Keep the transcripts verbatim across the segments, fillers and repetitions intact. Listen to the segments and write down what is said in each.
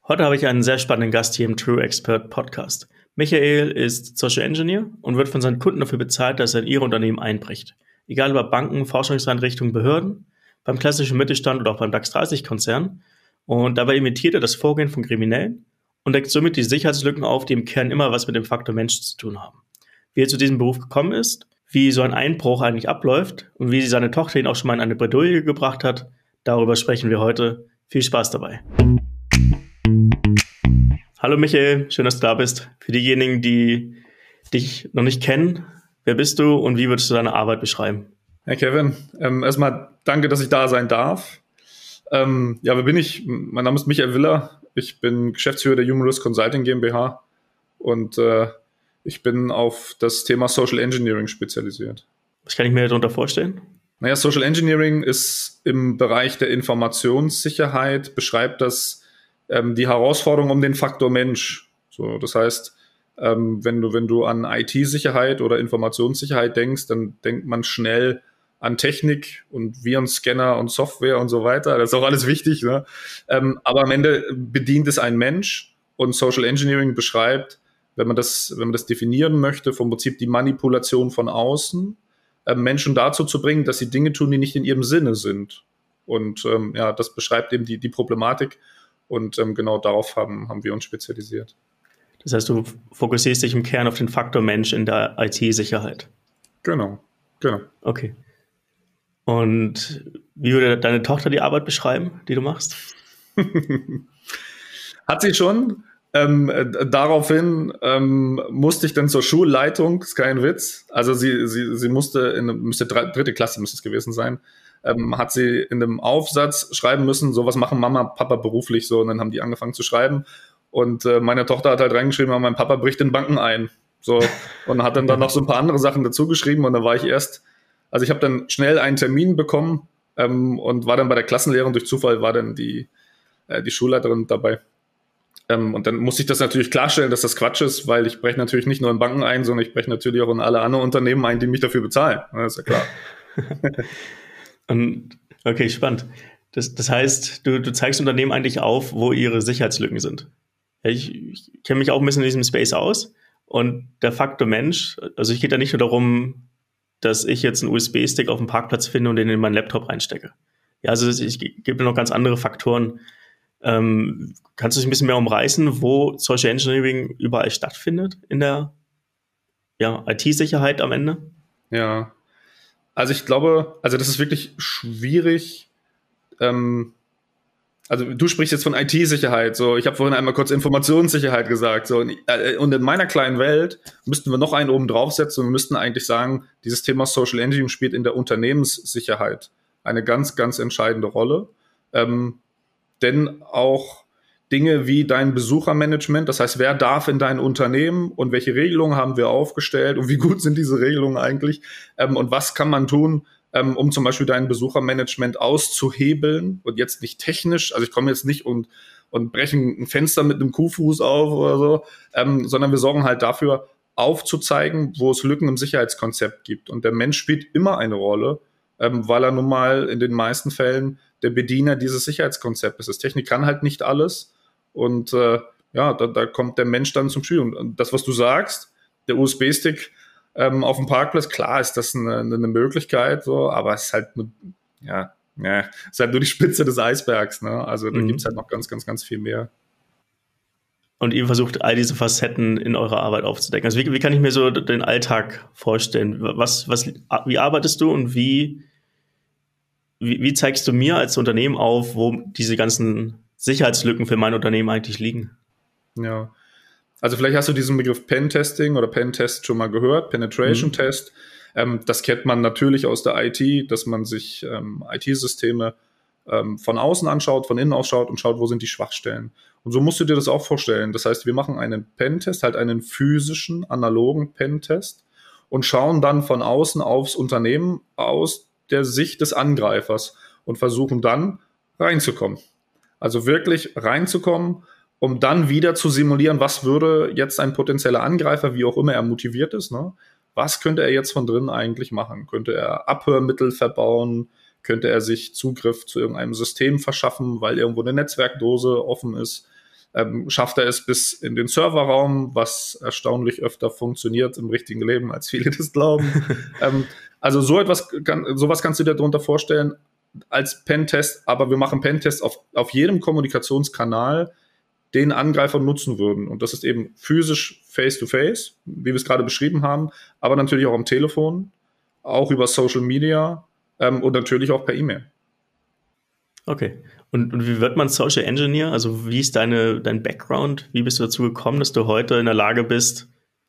Heute habe ich einen sehr spannenden Gast hier im True Expert Podcast. Michael ist Social Engineer und wird von seinen Kunden dafür bezahlt, dass er in ihre Unternehmen einbricht. Egal ob Banken, Forschungseinrichtungen, Behörden, beim klassischen Mittelstand oder auch beim DAX dreißig Konzern. Und dabei imitiert er das Vorgehen von Kriminellen und deckt somit die Sicherheitslücken auf, die im Kern immer was mit dem Faktor Mensch zu tun haben. Wie er zu diesem Beruf gekommen ist, wie so ein Einbruch eigentlich abläuft und wie seine Tochter ihn auch schon mal in eine Bredouille gebracht hat, darüber sprechen wir heute. Viel Spaß dabei. Hallo Michael, schön, dass du da bist. Für diejenigen, die dich noch nicht kennen, wer bist du und wie würdest du deine Arbeit beschreiben? Hey Kevin, ähm, erstmal danke, dass ich da sein darf. Ähm, ja, wer bin ich? Mein Name ist Michael Willer. Ich bin Geschäftsführer der Human Risk Consulting GmbH und äh, ich bin auf das Thema Social Engineering spezialisiert. Was kann ich mir darunter vorstellen? Naja, Social Engineering ist im Bereich der Informationssicherheit, beschreibt das ähm, die Herausforderung um den Faktor Mensch. So, das heißt, ähm, wenn du, wenn du an I T-Sicherheit oder Informationssicherheit denkst, dann denkt man schnell an Technik und Virenscanner und Software und so weiter. Das ist auch alles wichtig, ne? Ähm, aber am Ende bedient es ein Mensch und Social Engineering beschreibt, wenn man das, wenn man das definieren möchte, vom Prinzip die Manipulation von außen, äh, Menschen dazu zu bringen, dass sie Dinge tun, die nicht in ihrem Sinne sind. Und ähm, ja, das beschreibt eben die, die Problematik. Und ähm, genau darauf haben, haben wir uns spezialisiert. Das heißt, du fokussierst dich im Kern auf den Faktor Mensch in der I T-Sicherheit. Genau, genau. Okay. Und wie würde deine Tochter die Arbeit beschreiben, die du machst? Hat sie schon. Ähm, äh, daraufhin ähm, musste ich dann zur Schulleitung, ist kein Witz. Also sie, sie, sie musste, in müsste dritte Klasse müsste es gewesen sein, ähm, hat sie in einem Aufsatz schreiben müssen, so was machen Mama, Papa beruflich so. Und dann haben die angefangen zu schreiben. Und äh, meine Tochter hat halt reingeschrieben, mein Papa bricht in Banken ein. So, und hat dann, dann noch so ein paar andere Sachen dazu geschrieben. Und dann war ich erst, also ich habe dann schnell einen Termin bekommen ähm, und war dann bei der Klassenlehrerin, durch Zufall war dann die, äh, die Schulleiterin dabei. Ähm, und dann musste ich das natürlich klarstellen, dass das Quatsch ist, weil ich breche natürlich nicht nur in Banken ein, sondern ich breche natürlich auch in alle anderen Unternehmen ein, die mich dafür bezahlen. Das ist ja klar. Und, okay, spannend. Das, das heißt, du, du zeigst Unternehmen eigentlich auf, wo ihre Sicherheitslücken sind. Ich, ich kenne mich auch ein bisschen in diesem Space aus. Und der Faktor Mensch, also es geht ja nicht nur darum, dass ich jetzt einen U S B-Stick auf dem Parkplatz finde und den in meinen Laptop reinstecke. Ja, also es gibt noch ganz andere Faktoren. Ähm, kannst du dich ein bisschen mehr umreißen, wo Social Engineering überall stattfindet in der ja, I T-Sicherheit am Ende? Ja, also ich glaube, also das ist wirklich schwierig. Ähm, also du sprichst jetzt von I T-Sicherheit. So, ich habe vorhin einmal kurz Informationssicherheit gesagt. So, und, äh, und in meiner kleinen Welt müssten wir noch einen oben draufsetzen und wir müssten eigentlich sagen, dieses Thema Social Engineering spielt in der Unternehmenssicherheit eine ganz, ganz entscheidende Rolle. Ähm, Denn auch Dinge wie dein Besuchermanagement, das heißt, wer darf in dein Unternehmen und welche Regelungen haben wir aufgestellt und wie gut sind diese Regelungen eigentlich ähm, und was kann man tun, ähm, um zum Beispiel dein Besuchermanagement auszuhebeln und jetzt nicht technisch, also ich komme jetzt nicht und, und breche ein Fenster mit einem Kuhfuß auf oder so, ähm, sondern wir sorgen halt dafür, aufzuzeigen, wo es Lücken im Sicherheitskonzept gibt. Und der Mensch spielt immer eine Rolle, ähm, weil er nun mal in den meisten Fällen der Bediener dieses Sicherheitskonzeptes ist. Technik kann halt nicht alles und äh, ja, da, da kommt der Mensch dann zum Spiel. Und das, was du sagst, der U S B-Stick ähm, auf dem Parkplatz, klar ist das eine, eine Möglichkeit, so, aber es ist halt nur, ja, ja, ist halt nur die Spitze des Eisbergs, ne? Also da mhm. gibt es halt noch ganz, ganz, ganz viel mehr. Und ihr versucht, all diese Facetten in eurer Arbeit aufzudecken. Also wie, wie kann ich mir so den Alltag vorstellen? Was, was, wie arbeitest du und wie Wie, wie zeigst du mir als Unternehmen auf, wo diese ganzen Sicherheitslücken für mein Unternehmen eigentlich liegen? Ja, also vielleicht hast du diesen Begriff Pen-Testing oder Pen-Test schon mal gehört, Penetration-Test. Mhm. Ähm, das kennt man natürlich aus der I T, dass man sich ähm, I T-Systeme ähm, von außen anschaut, von innen ausschaut und schaut, wo sind die Schwachstellen. Und so musst du dir das auch vorstellen. Das heißt, wir machen einen Pen-Test, halt einen physischen, analogen Pen-Test und schauen dann von außen aufs Unternehmen aus der Sicht des Angreifers und versuchen dann reinzukommen. Also wirklich reinzukommen, um dann wieder zu simulieren, was würde jetzt ein potenzieller Angreifer, wie auch immer er motiviert ist, ne? Was könnte er jetzt von drinnen eigentlich machen? Könnte er Abhörmittel verbauen? Könnte er sich Zugriff zu irgendeinem System verschaffen, weil irgendwo eine Netzwerkdose offen ist? Ähm, schafft er es bis in den Serverraum, was erstaunlich öfter funktioniert im richtigen Leben, als viele das glauben. ähm, also so etwas kann, sowas kannst du dir darunter vorstellen als Pentest, aber wir machen Pentests auf, auf jedem Kommunikationskanal, den Angreifer nutzen würden. Und das ist eben physisch face-to-face, wie wir es gerade beschrieben haben, aber natürlich auch am Telefon, auch über Social Media ähm, und natürlich auch per E-Mail. Okay. Und, und wie wird man Social Engineer? Also wie ist deine, dein Background? Wie bist du dazu gekommen, dass du heute in der Lage bist,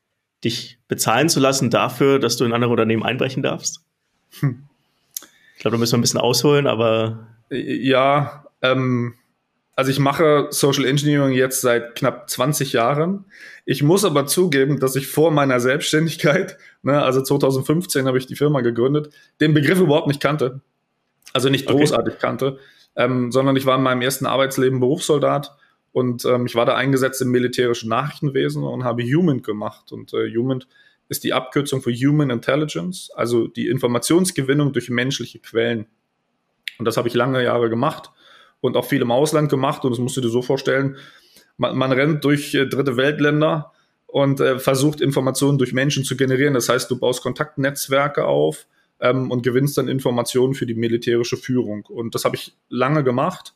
dich bezahlen zu lassen dafür, dass du in andere Unternehmen einbrechen darfst? Hm. Ich glaube, da müssen wir ein bisschen ausholen, aber... Ja, ähm, also ich mache Social Engineering jetzt seit knapp zwanzig Jahren. Ich muss aber zugeben, dass ich vor meiner Selbstständigkeit, ne, also zwanzig fünfzehn habe ich die Firma gegründet, den Begriff überhaupt nicht kannte. Also nicht großartig okay. kannte, ähm, sondern ich war in meinem ersten Arbeitsleben Berufssoldat und ähm, ich war da eingesetzt im militärischen Nachrichtenwesen und habe HUMINT gemacht. Und äh, HUMINT ist die Abkürzung für Human Intelligence, also die Informationsgewinnung durch menschliche Quellen. Und das habe ich lange Jahre gemacht und auch viel im Ausland gemacht. Und das musst du dir so vorstellen, man, man rennt durch äh, dritte Weltländer und äh, versucht Informationen durch Menschen zu generieren. Das heißt, du baust Kontaktnetzwerke auf ähm, und gewinnst dann Informationen für die militärische Führung. Und das habe ich lange gemacht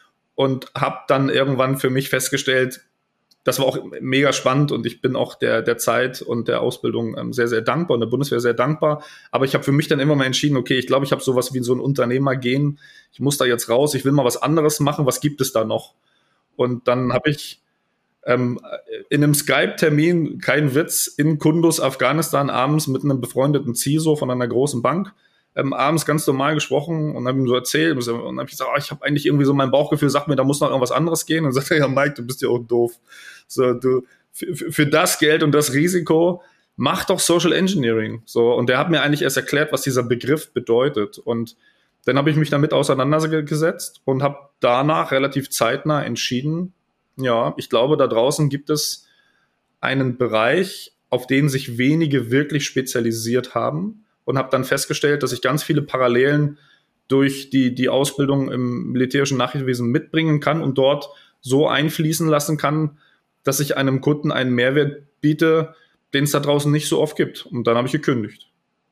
und habe dann irgendwann für mich festgestellt, das war auch mega spannend und ich bin auch der, der Zeit und der Ausbildung ähm, sehr, sehr dankbar und der Bundeswehr sehr dankbar. Aber ich habe für mich dann immer mal entschieden, okay, ich glaube, ich habe sowas wie so ein Unternehmergehen. Ich muss da jetzt raus, ich will mal was anderes machen. Was gibt es da noch? Und dann habe ich ähm, in einem Skype-Termin, kein Witz, in Kunduz, Afghanistan, abends mit einem befreundeten C I S O von einer großen Bank, ähm, abends ganz normal gesprochen und habe ihm so erzählt und dann habe ich gesagt, oh, ich habe eigentlich irgendwie so mein Bauchgefühl, sagt mir, da muss noch irgendwas anderes gehen. Und dann sagt er, ja Mike, du bist ja auch doof. So, du, für, für das Geld und das Risiko, mach doch Social Engineering. So, und der hat mir eigentlich erst erklärt, was dieser Begriff bedeutet. Und dann habe ich mich damit auseinandergesetzt und habe danach relativ zeitnah entschieden, ja, ich glaube, da draußen gibt es einen Bereich, auf den sich wenige wirklich spezialisiert haben und habe dann festgestellt, dass ich ganz viele Parallelen durch die, die Ausbildung im militärischen Nachrichtenwesen mitbringen kann und dort so einfließen lassen kann, dass ich einem Kunden einen Mehrwert biete, den es da draußen nicht so oft gibt. Und dann habe ich gekündigt.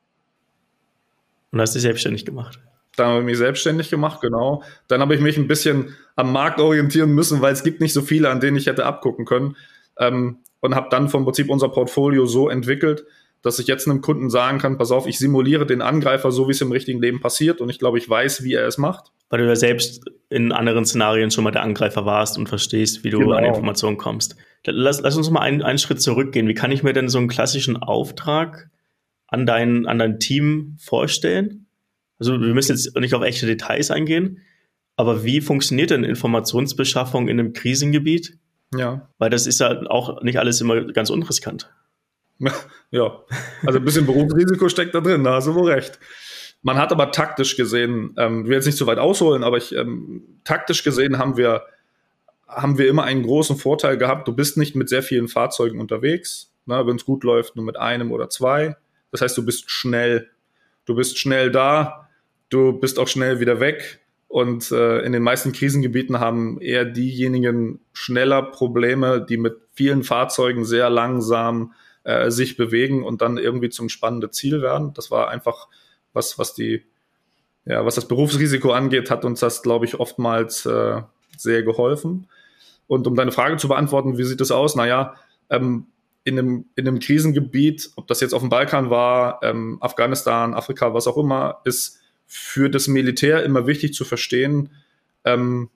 Und hast dich selbstständig gemacht? Dann habe ich mich selbstständig gemacht, genau. Dann habe ich mich ein bisschen am Markt orientieren müssen, weil es gibt nicht so viele, an denen ich hätte abgucken können. Ähm, und habe dann vom Prinzip unser Portfolio so entwickelt, dass ich jetzt einem Kunden sagen kann, pass auf, ich simuliere den Angreifer so, wie es im richtigen Leben passiert und ich glaube, ich weiß, wie er es macht. Weil du ja selbst in anderen Szenarien schon mal der Angreifer warst und verstehst, wie du genau. an Informationen kommst. Lass, lass uns mal einen, einen Schritt zurückgehen. Wie kann ich mir denn so einen klassischen Auftrag an dein, an dein Team vorstellen? Also wir müssen jetzt nicht auf echte Details eingehen, aber wie funktioniert denn Informationsbeschaffung in einem Krisengebiet? Ja. Weil das ist ja auch nicht alles immer ganz unriskant. Ja, also ein bisschen Berufsrisiko steckt da drin, da hast du wohl recht. Man hat aber taktisch gesehen, ähm, ich will jetzt nicht so weit ausholen, aber ich, ähm, taktisch gesehen haben wir, haben wir immer einen großen Vorteil gehabt. Du bist nicht mit sehr vielen Fahrzeugen unterwegs, ne, wenn es gut läuft, nur mit einem oder zwei. Das heißt, du bist schnell. Du bist schnell da, du bist auch schnell wieder weg. Und äh, in den meisten Krisengebieten haben eher diejenigen schneller Probleme, die mit vielen Fahrzeugen sehr langsam äh, sich bewegen und dann irgendwie zum spannenden Ziel werden. Das war einfach was, was die, ja, was das Berufsrisiko angeht, hat uns das, glaube ich, oftmals äh, sehr geholfen. Und um deine Frage zu beantworten, wie sieht das aus? Naja, ähm, in einem, in einem Krisengebiet, ob das jetzt auf dem Balkan war, ähm, Afghanistan, Afrika, was auch immer, ist für das Militär immer wichtig zu verstehen, ähm,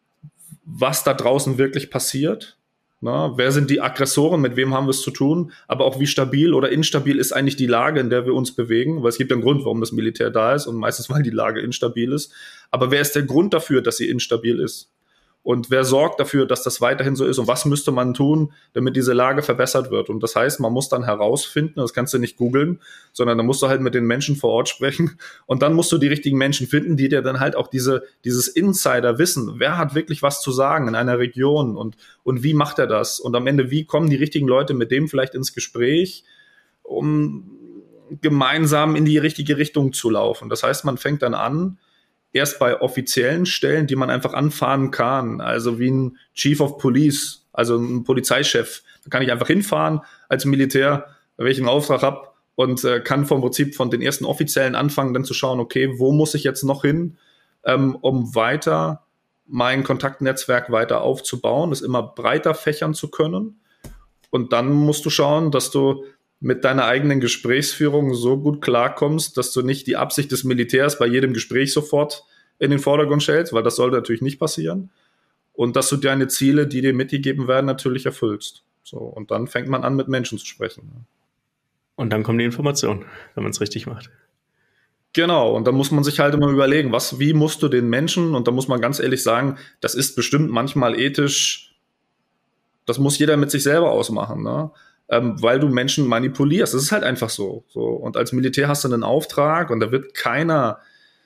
was da draußen wirklich passiert. Na, wer sind die Aggressoren, mit wem haben wir es zu tun, aber auch wie stabil oder instabil ist eigentlich die Lage, in der wir uns bewegen, weil es gibt einen Grund, warum das Militär da ist und meistens, weil die Lage instabil ist. Aber wer ist der Grund dafür, dass sie instabil ist? Und wer sorgt dafür, dass das weiterhin so ist? Und was müsste man tun, damit diese Lage verbessert wird? Und das heißt, man muss dann herausfinden, das kannst du nicht googeln, sondern da musst du halt mit den Menschen vor Ort sprechen. Und dann musst du die richtigen Menschen finden, die dir dann halt auch diese, dieses Insider-Wissen, wer hat wirklich was zu sagen in einer Region und, und wie macht er das? Und am Ende, wie kommen die richtigen Leute mit dem vielleicht ins Gespräch, um gemeinsam in die richtige Richtung zu laufen? Das heißt, man fängt dann an, erst bei offiziellen Stellen, die man einfach anfahren kann, also wie ein Chief of Police, also ein Polizeichef. Da kann ich einfach hinfahren als Militär, wenn ich einen Auftrag habe und äh, kann vom Prinzip von den ersten Offiziellen anfangen, dann zu schauen, okay, wo muss ich jetzt noch hin, ähm, um weiter mein Kontaktnetzwerk weiter aufzubauen, es immer breiter fächern zu können. Und dann musst du schauen, dass du mit deiner eigenen Gesprächsführung so gut klarkommst, dass du nicht die Absicht des Militärs bei jedem Gespräch sofort in den Vordergrund stellst, weil das sollte natürlich nicht passieren. Und dass du deine Ziele, die dir mitgegeben werden, natürlich erfüllst. So, und dann fängt man an, mit Menschen zu sprechen. Und dann kommen die Informationen, wenn man es richtig macht. Genau, und da muss man sich halt immer überlegen, was, wie musst du den Menschen, und da muss man ganz ehrlich sagen, das ist bestimmt manchmal ethisch, das muss jeder mit sich selber ausmachen, ne? Ähm, weil du Menschen manipulierst. Das ist halt einfach so. so. Und als Militär hast du einen Auftrag und da wird keiner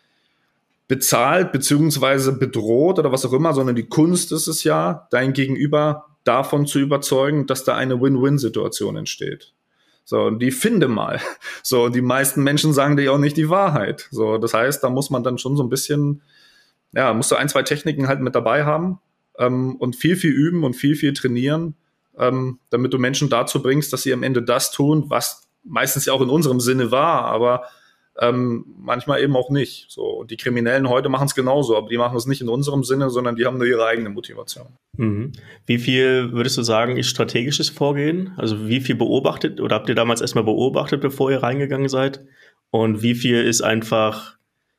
bezahlt beziehungsweise bedroht oder was auch immer, sondern die Kunst ist es ja, dein Gegenüber davon zu überzeugen, dass da eine Win-Win-Situation entsteht. So, und die finde mal. So, und die meisten Menschen sagen dir auch nicht die Wahrheit. So, das heißt, da muss man dann schon so ein bisschen, ja, musst du ein, zwei Techniken halt mit dabei haben ähm, und viel, viel üben und viel, viel trainieren, ähm, damit du Menschen dazu bringst, dass sie am Ende das tun, was meistens ja auch in unserem Sinne war, aber ähm, manchmal eben auch nicht. So, und die Kriminellen heute machen es genauso, aber die machen es nicht in unserem Sinne, sondern die haben nur ihre eigene Motivation. Mhm. Wie viel würdest du sagen, ist strategisches Vorgehen? Also wie viel beobachtet oder habt ihr damals erstmal beobachtet, bevor ihr reingegangen seid? Und wie viel ist einfach,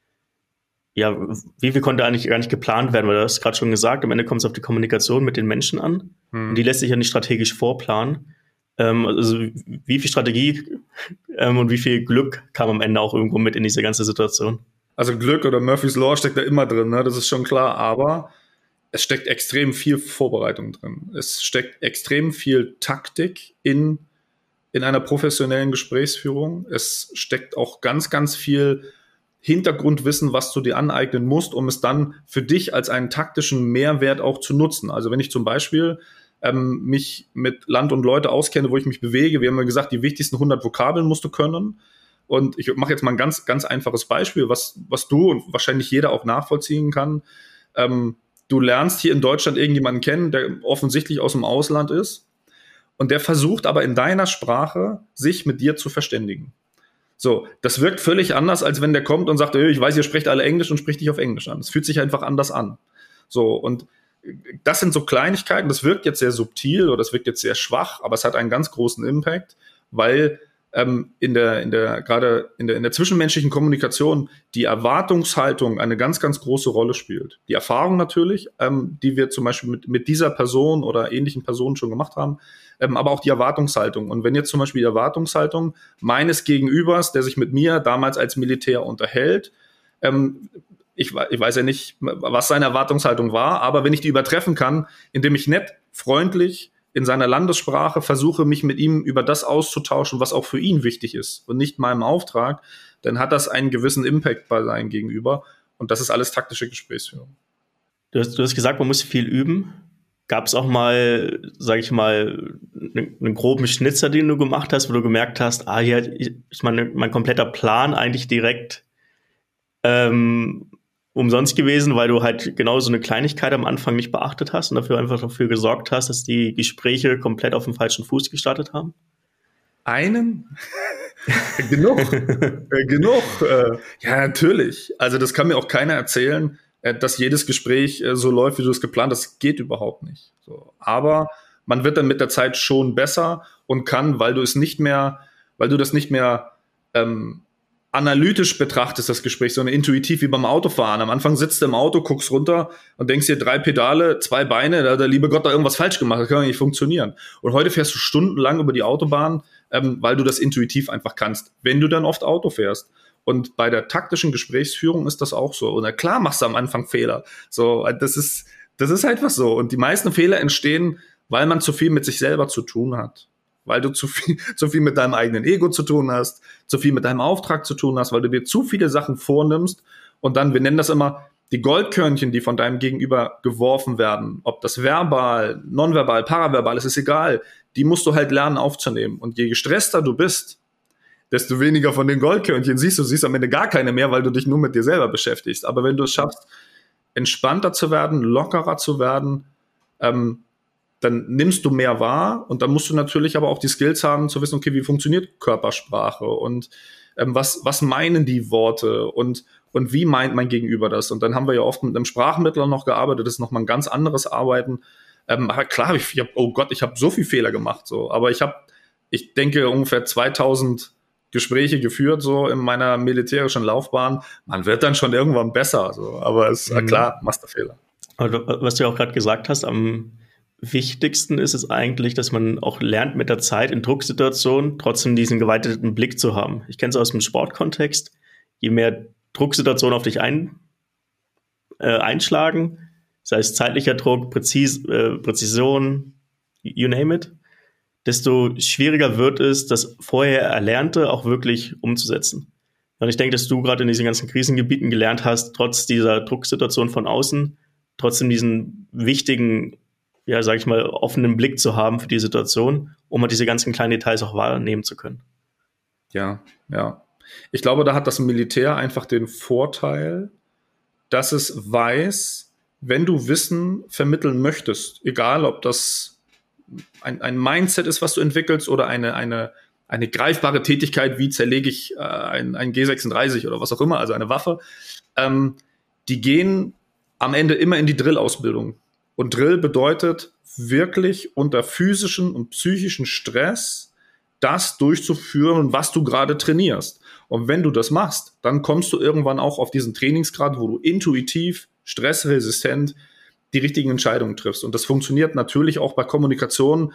ja, wie viel konnte eigentlich gar nicht geplant werden? Weil du hast gerade schon gesagt, am Ende kommt es auf die Kommunikation mit den Menschen an. Mhm. Und die lässt sich ja nicht strategisch vorplanen. Ähm, also wie viel Strategie ähm, und wie viel Glück kam am Ende auch irgendwo mit in diese ganze Situation? Also Glück oder Murphy's Law steckt da immer drin, ne? Das ist schon klar, aber es steckt extrem viel Vorbereitung drin. Es steckt extrem viel Taktik in, in einer professionellen Gesprächsführung. Es steckt auch ganz, ganz viel Hintergrundwissen, was du dir aneignen musst, um es dann für dich als einen taktischen Mehrwert auch zu nutzen. Also wenn ich zum Beispiel ähm, mich mit Land und Leute auskenne, wo ich mich bewege, wir haben ja gesagt, die wichtigsten hundert Vokabeln musst du können. Und ich mache jetzt mal ein ganz, ganz einfaches Beispiel, was, was du und wahrscheinlich jeder auch nachvollziehen kann. Ähm, Du lernst hier in Deutschland irgendjemanden kennen, der offensichtlich aus dem Ausland ist und der versucht aber in deiner Sprache sich mit dir zu verständigen. So, das wirkt völlig anders, als wenn der kommt und sagt, ich weiß, ihr sprecht alle Englisch und spricht dich auf Englisch an. Es fühlt sich einfach anders an. So, und das sind so Kleinigkeiten, das wirkt jetzt sehr subtil oder das wirkt jetzt sehr schwach, aber es hat einen ganz großen Impact, weil ähm, in der, in der, gerade in der, in der zwischenmenschlichen Kommunikation die Erwartungshaltung eine ganz, ganz große Rolle spielt. Die Erfahrung natürlich, ähm, die wir zum Beispiel mit, mit dieser Person oder ähnlichen Personen schon gemacht haben, ähm, aber auch die Erwartungshaltung. Und wenn jetzt zum Beispiel die Erwartungshaltung meines Gegenübers, der sich mit mir damals als Militär unterhält, ähm, ich, ich weiß ja nicht, was seine Erwartungshaltung war, aber wenn ich die übertreffen kann, indem ich nett, freundlich, in seiner Landessprache versuche, mich mit ihm über das auszutauschen, was auch für ihn wichtig ist und nicht meinem Auftrag, dann hat das einen gewissen Impact bei seinem Gegenüber. Und das ist alles taktische Gesprächsführung. Du hast, du hast gesagt, man muss viel üben. Gab es auch mal, sage ich mal, einen, einen groben Schnitzer, den du gemacht hast, wo du gemerkt hast, ah, hier ist mein, mein kompletter Plan eigentlich direkt ähm, umsonst gewesen, weil du halt genau so eine Kleinigkeit am Anfang nicht beachtet hast und dafür einfach dafür gesorgt hast, dass die Gespräche komplett auf dem falschen Fuß gestartet haben? Einen? genug. äh, genug. Äh, ja, natürlich. Also das kann mir auch keiner erzählen, äh, dass jedes Gespräch äh, so läuft, wie du es geplant hast. Das geht überhaupt nicht. So. Aber man wird dann mit der Zeit schon besser und kann, weil du es nicht mehr, weil du das nicht mehr ähm, analytisch betrachtest, das Gespräch, sondern intuitiv wie beim Autofahren. Am Anfang sitzt du im Auto, guckst runter und denkst dir, drei Pedale, zwei Beine, da hat der liebe Gott da irgendwas falsch gemacht, das kann doch nicht funktionieren. Und heute fährst du stundenlang über die Autobahn, ähm, weil du das intuitiv einfach kannst, wenn du dann oft Auto fährst. Und bei der taktischen Gesprächsführung ist das auch so. Und na klar machst du am Anfang Fehler. So, das ist, das ist einfach so. Und die meisten Fehler entstehen, weil man zu viel mit sich selber zu tun hat. Weil du zu viel, zu viel mit deinem eigenen Ego zu tun hast, zu viel mit deinem Auftrag zu tun hast, weil du dir zu viele Sachen vornimmst und dann, wir nennen das immer, die Goldkörnchen, die von deinem Gegenüber geworfen werden, ob das verbal, nonverbal, paraverbal, es ist egal, die musst du halt lernen aufzunehmen. Und je gestresster du bist, desto weniger von den Goldkörnchen siehst du, siehst am Ende gar keine mehr, weil du dich nur mit dir selber beschäftigst. Aber wenn du es schaffst, entspannter zu werden, lockerer zu werden, ähm, dann nimmst du mehr wahr und dann musst du natürlich aber auch die Skills haben, zu wissen, okay, wie funktioniert Körpersprache und ähm, was, was meinen die Worte und, und wie meint mein Gegenüber das? Und dann haben wir ja oft mit einem Sprachmittler noch gearbeitet, das ist nochmal ein ganz anderes Arbeiten. Ähm, aber klar, ich, ich hab, oh Gott, ich habe so viel Fehler gemacht, so, aber ich habe, ich denke, ungefähr zweitausend Gespräche geführt, so in meiner militärischen Laufbahn. Man wird dann schon irgendwann besser, so, aber es ist mhm. klar, machst du Fehler. Aber was du ja auch gerade gesagt hast, am wichtigsten ist es eigentlich, dass man auch lernt, mit der Zeit in Drucksituationen trotzdem diesen geweiteten Blick zu haben. Ich kenne es aus dem Sportkontext. Je mehr Drucksituationen auf dich ein, äh, einschlagen, sei es zeitlicher Druck, Präzis, äh, Präzision, you name it, desto schwieriger wird es, das vorher Erlernte auch wirklich umzusetzen. Und ich denke, dass du gerade in diesen ganzen Krisengebieten gelernt hast, trotz dieser Drucksituation von außen, trotzdem diesen wichtigen, ja, sag ich mal, offenen Blick zu haben für die Situation, um halt diese ganzen kleinen Details auch wahrnehmen zu können. Ja, ja. Ich glaube, da hat das Militär einfach den Vorteil, dass es weiß, wenn du Wissen vermitteln möchtest, egal ob das ein, ein Mindset ist, was du entwickelst oder eine, eine, eine greifbare Tätigkeit, wie zerlege ich äh, ein, ein G sechsunddreißig oder was auch immer, also eine Waffe, ähm, die gehen am Ende immer in die Drill-Ausbildung. Und Drill bedeutet wirklich unter physischen und psychischen Stress das durchzuführen, was du gerade trainierst. Und wenn du das machst, dann kommst du irgendwann auch auf diesen Trainingsgrad, wo du intuitiv, stressresistent die richtigen Entscheidungen triffst. Und das funktioniert natürlich auch bei Kommunikation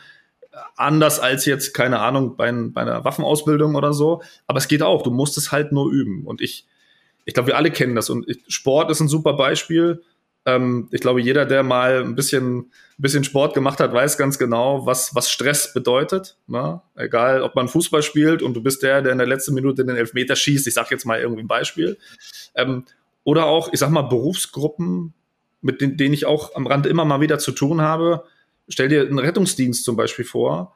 anders als jetzt, keine Ahnung, bei, bei einer Waffenausbildung oder so. Aber es geht auch. Du musst es halt nur üben. Und ich, ich glaube, wir alle kennen das. Und ich, Sport ist ein super Beispiel. Ähm, ich glaube, jeder, der mal ein bisschen, ein bisschen Sport gemacht hat, weiß ganz genau, was, was Stress bedeutet. Ne? Egal, ob man Fußball spielt und du bist der, der in der letzten Minute den Elfmeter schießt. Ich sage jetzt mal irgendwie ein Beispiel. Ähm, oder auch, ich sag mal, Berufsgruppen, mit denen, denen ich auch am Rand immer mal wieder zu tun habe. Stell dir einen Rettungsdienst zum Beispiel vor,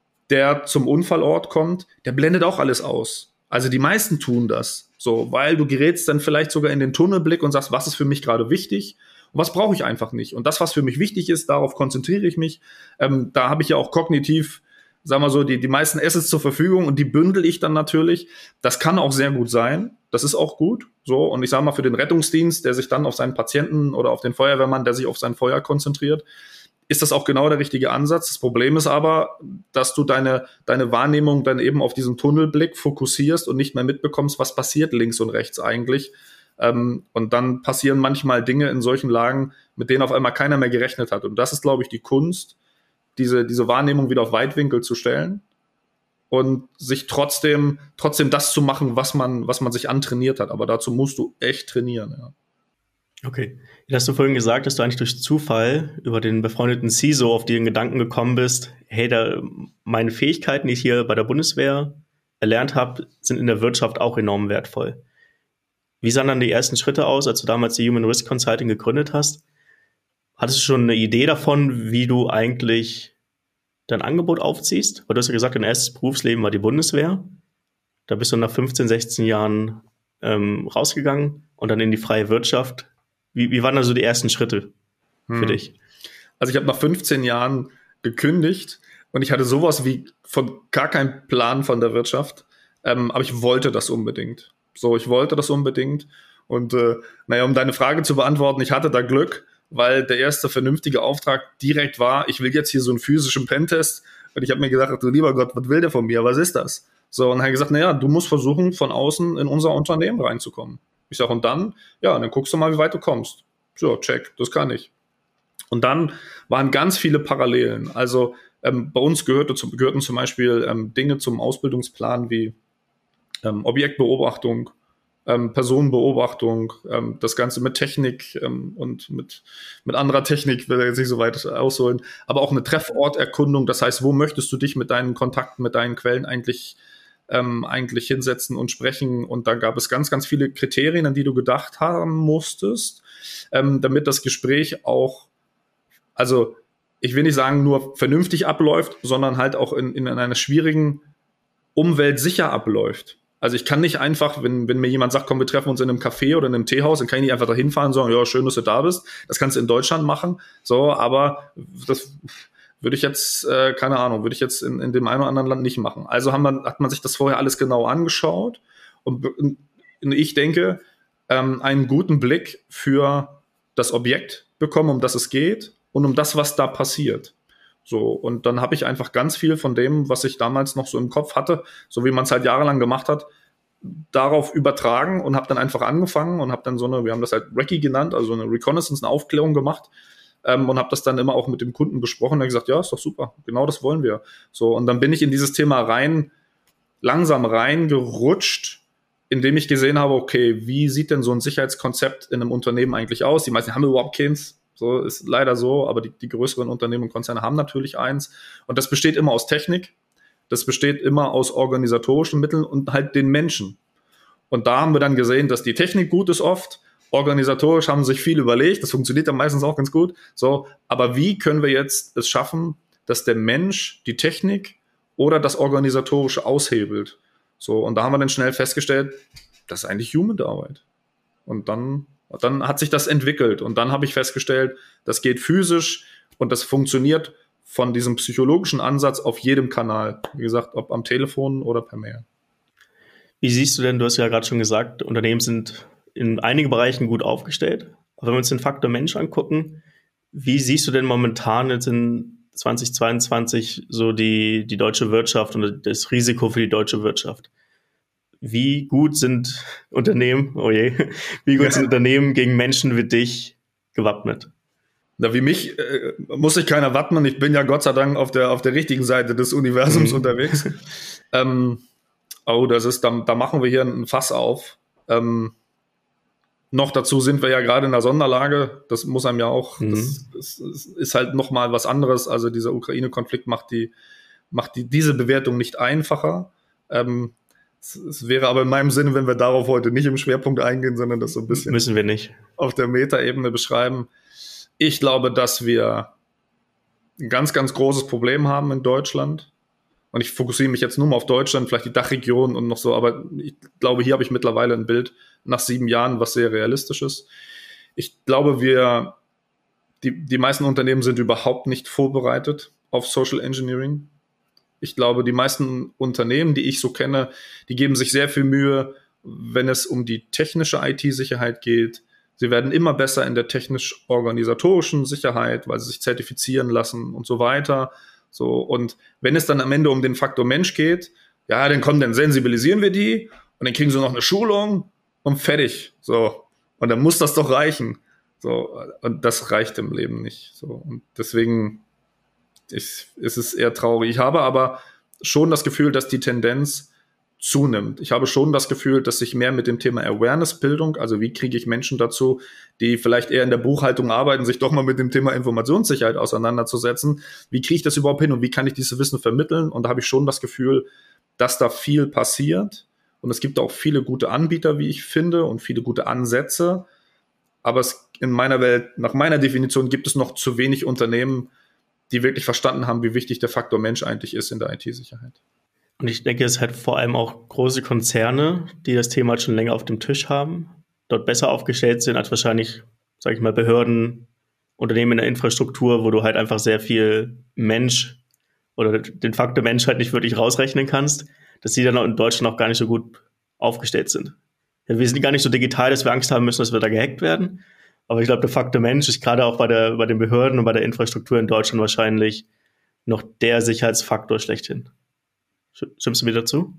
der zum Unfallort kommt, der blendet auch alles aus. Also die meisten tun das, so, weil du gerätst dann vielleicht sogar in den Tunnelblick und sagst, was ist für mich gerade wichtig und was brauche ich einfach nicht. Und das, was für mich wichtig ist, darauf konzentriere ich mich. Ähm, da habe ich ja auch kognitiv, sagen wir so, die, die meisten Assets zur Verfügung und die bündel ich dann natürlich. Das kann auch sehr gut sein. Das ist auch gut. So, und ich sage mal, für den Rettungsdienst, der sich dann auf seinen Patienten oder auf den Feuerwehrmann, der sich auf sein Feuer konzentriert, ist das auch genau der richtige Ansatz. Das Problem ist aber, dass du deine, deine Wahrnehmung dann eben auf diesen Tunnelblick fokussierst und nicht mehr mitbekommst, was passiert links und rechts eigentlich. Ähm, und dann passieren manchmal Dinge in solchen Lagen, mit denen auf einmal keiner mehr gerechnet hat. Und das ist, glaube ich, die Kunst, diese, diese Wahrnehmung wieder auf Weitwinkel zu stellen und sich trotzdem, trotzdem das zu machen, was man, was man sich antrainiert hat. Aber dazu musst du echt trainieren, ja. Okay. Jetzt hast du vorhin gesagt, dass du eigentlich durch Zufall über den befreundeten C I S O auf den Gedanken gekommen bist, hey, da, meine Fähigkeiten, die ich hier bei der Bundeswehr erlernt habe, sind in der Wirtschaft auch enorm wertvoll. Wie sahen dann die ersten Schritte aus, als du damals die Human Risk Consulting gegründet hast? Hattest du schon eine Idee davon, wie du eigentlich dein Angebot aufziehst? Weil du hast ja gesagt, dein erstes Berufsleben war die Bundeswehr. Da bist du nach fünfzehn, sechzehn Jahren ähm, rausgegangen und dann in die freie Wirtschaft. Wie, wie waren da so die ersten Schritte für hm. dich? Also ich habe nach fünfzehn Jahren gekündigt und ich hatte sowas wie von gar keinen Plan von der Wirtschaft, ähm, aber ich wollte das unbedingt. So, ich wollte das unbedingt und äh, naja, um deine Frage zu beantworten, ich hatte da Glück, weil der erste vernünftige Auftrag direkt war, ich will jetzt hier so einen physischen Pentest und ich habe mir gedacht, du lieber Gott, was will der von mir, was ist das? So, und dann habe ich gesagt, naja, du musst versuchen, von außen in unser Unternehmen reinzukommen. Ich sage, und dann, ja, dann guckst du mal, wie weit du kommst. So, check, das kann ich. Und dann waren ganz viele Parallelen. Also ähm, bei uns gehörte zum, gehörten zum Beispiel ähm, Dinge zum Ausbildungsplan wie ähm, Objektbeobachtung, ähm, Personenbeobachtung, ähm, das Ganze mit Technik ähm, und mit, mit anderer Technik, will ich jetzt nicht so weit ausholen, aber auch eine Trefforterkundung. Das heißt, wo möchtest du dich mit deinen Kontakten, mit deinen Quellen eigentlich Ähm, eigentlich hinsetzen und sprechen. Und da gab es ganz, ganz viele Kriterien, an die du gedacht haben musstest, ähm, damit das Gespräch auch, also ich will nicht sagen, nur vernünftig abläuft, sondern halt auch in, in einer schwierigen umweltsicher abläuft. Also ich kann nicht einfach, wenn, wenn mir jemand sagt, komm, wir treffen uns in einem Café oder in einem Teehaus, dann kann ich nicht einfach dahin fahren und sagen, ja, schön, dass du da bist. Das kannst du in Deutschland machen. So, aber das würde ich jetzt, äh, keine Ahnung, würde ich jetzt in, in dem einen oder anderen Land nicht machen. Also haben man, hat man sich das vorher alles genau angeschaut und, und ich denke, ähm, einen guten Blick für das Objekt bekommen, um das es geht und um das, was da passiert. So, und dann habe ich einfach ganz viel von dem, was ich damals noch so im Kopf hatte, so wie man es halt jahrelang gemacht hat, darauf übertragen und habe dann einfach angefangen und habe dann so eine, wir haben das halt Recce genannt, also eine Reconnaissance, eine Aufklärung gemacht ähm, und habe das dann immer auch mit dem Kunden besprochen. Der hat gesagt, ja, ist doch super, genau das wollen wir. So, und dann bin ich in dieses Thema rein, langsam reingerutscht, indem ich gesehen habe, okay, wie sieht denn so ein Sicherheitskonzept in einem Unternehmen eigentlich aus? Die meisten haben überhaupt keins. So ist leider so, aber die, die größeren Unternehmen und Konzerne haben natürlich eins. Und das besteht immer aus Technik, das besteht immer aus organisatorischen Mitteln und halt den Menschen. Und da haben wir dann gesehen, dass die Technik gut ist oft, organisatorisch haben sich viel überlegt, das funktioniert dann meistens auch ganz gut. So, aber wie können wir jetzt es schaffen, dass der Mensch die Technik oder das Organisatorische aushebelt? So, und da haben wir dann schnell festgestellt, das ist eigentlich Human-Arbeit. Und dann Und dann hat sich das entwickelt und dann habe ich festgestellt, das geht physisch und das funktioniert von diesem psychologischen Ansatz auf jedem Kanal. Wie gesagt, ob am Telefon oder per Mail. Wie siehst du denn, du hast ja gerade schon gesagt, Unternehmen sind in einigen Bereichen gut aufgestellt. Aber wenn wir uns den Faktor Mensch angucken, wie siehst du denn momentan jetzt in zwanzig zweiundzwanzig so die, die deutsche Wirtschaft und das Risiko für die deutsche Wirtschaft? Wie gut sind Unternehmen, oh je, wie gut sind Unternehmen gegen Menschen wie dich gewappnet? Na, wie mich äh, muss sich keiner wappnen. Ich bin ja Gott sei Dank auf der, auf der richtigen Seite des Universums mhm. unterwegs. ähm, oh, das ist, da, da machen wir hier ein Fass auf. Ähm, noch dazu sind wir ja gerade in der Sonderlage. Das muss einem ja auch, mhm. das, das, das ist halt nochmal was anderes. Also dieser Ukraine-Konflikt macht die, macht die, diese Bewertung nicht einfacher. Ähm, Es wäre aber in meinem Sinne, wenn wir darauf heute nicht im Schwerpunkt eingehen, sondern das so ein bisschen müssen wir nicht auf der Metaebene beschreiben. Ich glaube, dass wir ein ganz, ganz großes Problem haben in Deutschland. Und ich fokussiere mich jetzt nur mal auf Deutschland, vielleicht die Dachregion und noch so, aber ich glaube, hier habe ich mittlerweile ein Bild nach sieben Jahren, was sehr realistisch ist. Ich glaube, wir, die, die meisten Unternehmen sind überhaupt nicht vorbereitet auf Social Engineering. Ich glaube, die meisten Unternehmen, die ich so kenne, die geben sich sehr viel Mühe, wenn es um die technische I T-Sicherheit geht. Sie werden immer besser in der technisch-organisatorischen Sicherheit, weil sie sich zertifizieren lassen und so weiter. So, und wenn es dann am Ende um den Faktor Mensch geht, ja, dann kommen, dann sensibilisieren wir die und dann kriegen sie noch eine Schulung und fertig. So. Und dann muss das doch reichen. So. Und das reicht im Leben nicht. So. Und deswegen Ich, es ist eher traurig. Ich habe aber schon das Gefühl, dass die Tendenz zunimmt. Ich habe schon das Gefühl, dass sich mehr mit dem Thema Awareness-Bildung, also wie kriege ich Menschen dazu, die vielleicht eher in der Buchhaltung arbeiten, sich doch mal mit dem Thema Informationssicherheit auseinanderzusetzen. Wie kriege ich das überhaupt hin und wie kann ich dieses Wissen vermitteln? Und da habe ich schon das Gefühl, dass da viel passiert. Und es gibt auch viele gute Anbieter, wie ich finde, und viele gute Ansätze. Aber es in meiner Welt, nach meiner Definition, gibt es noch zu wenig Unternehmen, die wirklich verstanden haben, wie wichtig der Faktor Mensch eigentlich ist in der I T-Sicherheit. Und ich denke, es hat vor allem auch große Konzerne, die das Thema schon länger auf dem Tisch haben, dort besser aufgestellt sind als wahrscheinlich, sage ich mal, Behörden, Unternehmen in der Infrastruktur, wo du halt einfach sehr viel Mensch oder den Faktor Mensch halt nicht wirklich rausrechnen kannst, dass die dann in Deutschland auch gar nicht so gut aufgestellt sind. Ja, wir sind gar nicht so digital, dass wir Angst haben müssen, dass wir da gehackt werden. Aber ich glaube, der Faktor Mensch ist gerade auch bei der, bei den Behörden und bei der Infrastruktur in Deutschland wahrscheinlich noch der Sicherheitsfaktor schlechthin. Stimmst du mir dazu?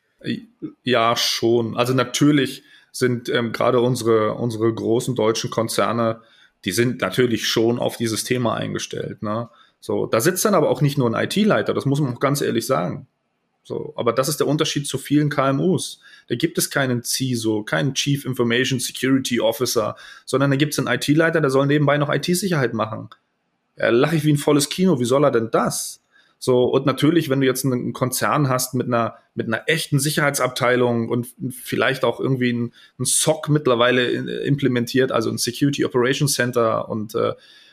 Ja, schon. Also natürlich sind ähm, gerade unsere, unsere großen deutschen Konzerne, die sind natürlich schon auf dieses Thema eingestellt. Ne? So, da sitzt dann aber auch nicht nur ein I T-Leiter, das muss man auch ganz ehrlich sagen. So, aber das ist der Unterschied zu vielen K M Us. Da gibt es keinen C I S O, keinen Chief Information Security Officer, sondern da gibt es einen I T-Leiter, der soll nebenbei noch I T-Sicherheit machen. Ja, lache ich wie ein volles Kino, wie soll er denn das? So, und natürlich, wenn du jetzt einen Konzern hast mit einer, mit einer echten Sicherheitsabteilung und vielleicht auch irgendwie ein, ein S O C mittlerweile implementiert, also ein Security Operations Center und äh,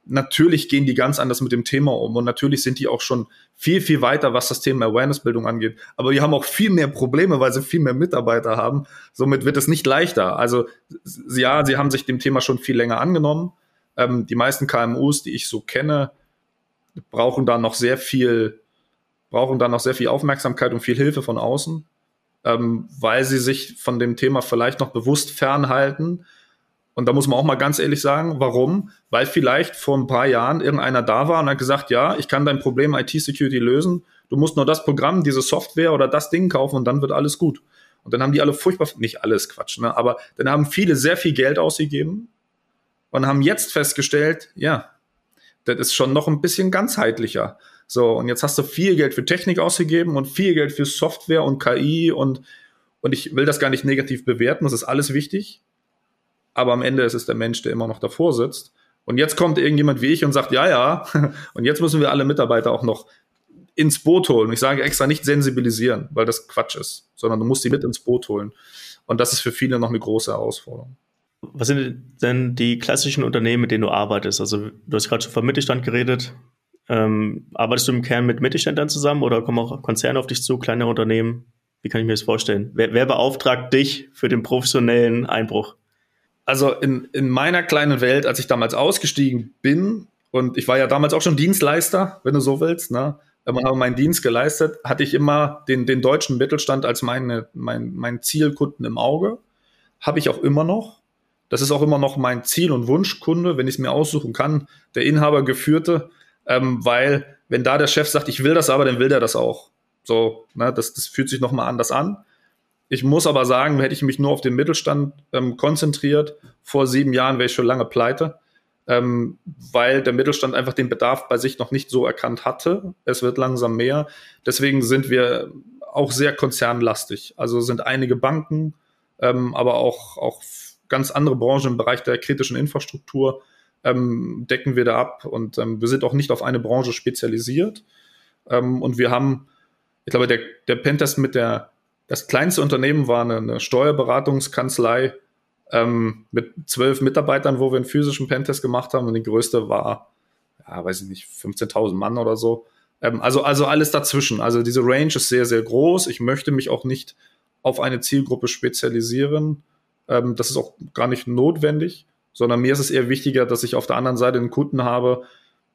natürlich gehen die ganz anders mit dem Thema um und natürlich sind die auch schon viel, viel weiter, was das Thema Awareness-Bildung angeht. Aber die haben auch viel mehr Probleme, weil sie viel mehr Mitarbeiter haben. Somit wird es nicht leichter. Also ja, sie haben sich dem Thema schon viel länger angenommen. Ähm, die meisten K M Us, die ich so kenne, brauchen da noch sehr viel, brauchen da noch sehr viel Aufmerksamkeit und viel Hilfe von außen, ähm, weil sie sich von dem Thema vielleicht noch bewusst fernhalten. Und da muss man auch mal ganz ehrlich sagen, warum? Weil vielleicht vor ein paar Jahren irgendeiner da war und hat gesagt, ja, ich kann dein Problem I T-Security lösen, du musst nur das Programm, diese Software oder das Ding kaufen und dann wird alles gut. Und dann haben die alle furchtbar, nicht alles Quatsch, ne? Aber dann haben viele sehr viel Geld ausgegeben und haben jetzt festgestellt, ja, das ist schon noch ein bisschen ganzheitlicher. So, und jetzt hast du viel Geld für Technik ausgegeben und viel Geld für Software und K I und, und ich will das gar nicht negativ bewerten, das ist alles wichtig. Aber am Ende ist es der Mensch, der immer noch davor sitzt. Und jetzt kommt irgendjemand wie ich und sagt, ja, ja, und jetzt müssen wir alle Mitarbeiter auch noch ins Boot holen. Und ich sage extra nicht sensibilisieren, weil das Quatsch ist, sondern du musst die mit ins Boot holen. Und das ist für viele noch eine große Herausforderung. Was sind denn die klassischen Unternehmen, mit denen du arbeitest? Also du hast gerade schon vom Mittelstand geredet. Ähm, arbeitest du im Kern mit Mittelständlern zusammen oder kommen auch Konzerne auf dich zu, kleinere Unternehmen? Wie kann ich mir das vorstellen? Wer, wer beauftragt dich für den professionellen Einbruch? Also in, in meiner kleinen Welt, als ich damals ausgestiegen bin, und ich war ja damals auch schon Dienstleister, wenn du so willst, ne, und habe meinen Dienst geleistet, hatte ich immer den, den deutschen Mittelstand als meine, mein, mein Zielkunden im Auge. Habe ich auch immer noch. Das ist auch immer noch mein Ziel- und Wunschkunde, wenn ich es mir aussuchen kann, der Inhabergeführte, ähm, weil wenn da der Chef sagt, ich will das aber, dann will der das auch. So, ne, das, das fühlt sich nochmal anders an. Ich muss aber sagen, hätte ich mich nur auf den Mittelstand ähm, konzentriert, vor sieben Jahren wäre ich schon lange pleite, ähm, weil der Mittelstand einfach den Bedarf bei sich noch nicht so erkannt hatte. Es wird langsam mehr. Deswegen sind wir auch sehr konzernlastig. Also sind einige Banken, ähm, aber auch, auch ganz andere Branchen im Bereich der kritischen Infrastruktur ähm, decken wir da ab. Und ähm, wir sind auch nicht auf eine Branche spezialisiert. Ähm, und wir haben, ich glaube, der, der Pentest mit der Das kleinste Unternehmen war eine, eine Steuerberatungskanzlei ähm, mit zwölf Mitarbeitern, wo wir einen physischen Pentest gemacht haben. Und die größte war, ja, weiß ich nicht, fünfzehntausend Mann oder so. Ähm, also, also alles dazwischen. Also diese Range ist sehr, sehr groß. Ich möchte mich auch nicht auf eine Zielgruppe spezialisieren. Ähm, das ist auch gar nicht notwendig, sondern mir ist es eher wichtiger, dass ich auf der anderen Seite einen Kunden habe,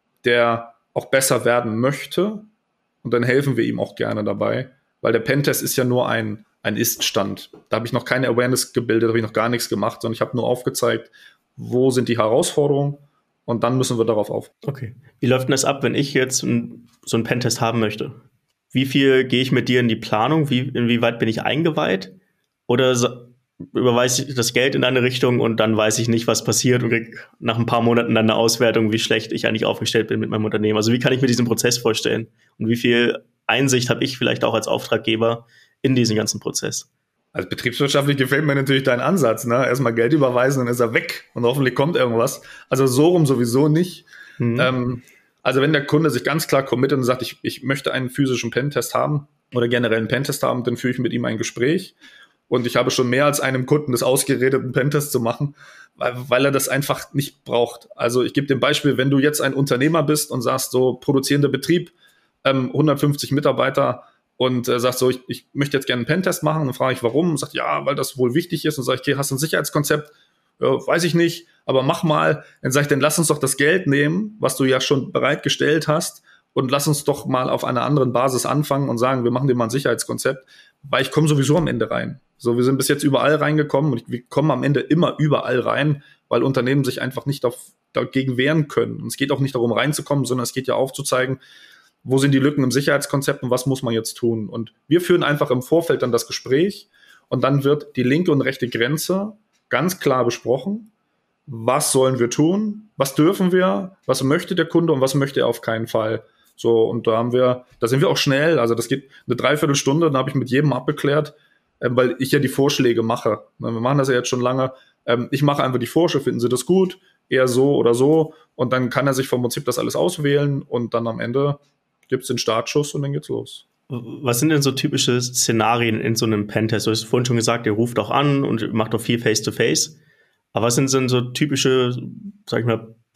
der auch besser werden möchte. Und dann helfen wir ihm auch gerne dabei. Weil der Pentest ist ja nur ein, ein Ist-Stand. Da habe ich noch keine Awareness gebildet, da habe ich noch gar nichts gemacht, sondern ich habe nur aufgezeigt, wo sind die Herausforderungen und dann müssen wir darauf auf. Okay. Wie läuft denn das ab, wenn ich jetzt ein, so einen Pentest haben möchte? Wie viel gehe ich mit dir in die Planung? Wie, inwieweit bin ich eingeweiht? Oder so, überweise ich das Geld in eine Richtung und dann weiß ich nicht, was passiert und kriege nach ein paar Monaten dann eine Auswertung, wie schlecht ich eigentlich aufgestellt bin mit meinem Unternehmen? Also wie kann ich mir diesen Prozess vorstellen? Und wie viel Einsicht habe ich vielleicht auch als Auftraggeber in diesen ganzen Prozess? Also betriebswirtschaftlich gefällt mir natürlich dein Ansatz, ne? Erstmal Geld überweisen, dann ist er weg und hoffentlich kommt irgendwas. Also so rum sowieso nicht. Mhm. Ähm, also wenn der Kunde sich ganz klar committet und sagt, ich, ich möchte einen physischen Pentest haben oder generell einen Pentest haben, dann führe ich mit ihm ein Gespräch. Und ich habe schon mehr als einem Kunden das ausgeredet, einen Pentest zu machen, weil, weil er das einfach nicht braucht. Also ich gebe dir ein Beispiel, wenn du jetzt ein Unternehmer bist und sagst, so produzierender Betrieb, hundertfünfzig Mitarbeiter und äh, sagt so, ich, ich möchte jetzt gerne einen Pentest machen. Und dann frage ich, warum? Und sagt, ja, weil das wohl wichtig ist. Und sage ich, okay, hast du ein Sicherheitskonzept? Ja, weiß ich nicht, aber mach mal. Dann sage ich, dann lass uns doch das Geld nehmen, was du ja schon bereitgestellt hast und lass uns doch mal auf einer anderen Basis anfangen und sagen, wir machen dir mal ein Sicherheitskonzept, weil ich komme sowieso am Ende rein. So, wir sind bis jetzt überall reingekommen und wir kommen am Ende immer überall rein, weil Unternehmen sich einfach nicht auf, dagegen wehren können. Und es geht auch nicht darum reinzukommen, sondern es geht ja aufzuzeigen, wo sind die Lücken im Sicherheitskonzept und was muss man jetzt tun? Und wir führen einfach im Vorfeld dann das Gespräch und dann wird die linke und rechte Grenze ganz klar besprochen. Was sollen wir tun? Was dürfen wir? Was möchte der Kunde und was möchte er auf keinen Fall? So, und da haben wir, da sind wir auch schnell. Also das geht eine Dreiviertelstunde, dann habe ich mit jedem abgeklärt, ähm, weil ich ja die Vorschläge mache. Wir machen das ja jetzt schon lange. Ähm, ich mache einfach die Vorschläge, finden Sie das gut? Eher so oder so. Und dann kann er sich vom Prinzip das alles auswählen und dann am Ende gibt es den Startschuss und dann geht's los. Was sind denn so typische Szenarien in so einem Pentest? Du hast vorhin schon gesagt, ihr ruft auch an und macht auch viel Face-to-Face. Aber was sind denn so typische, sag ich mal,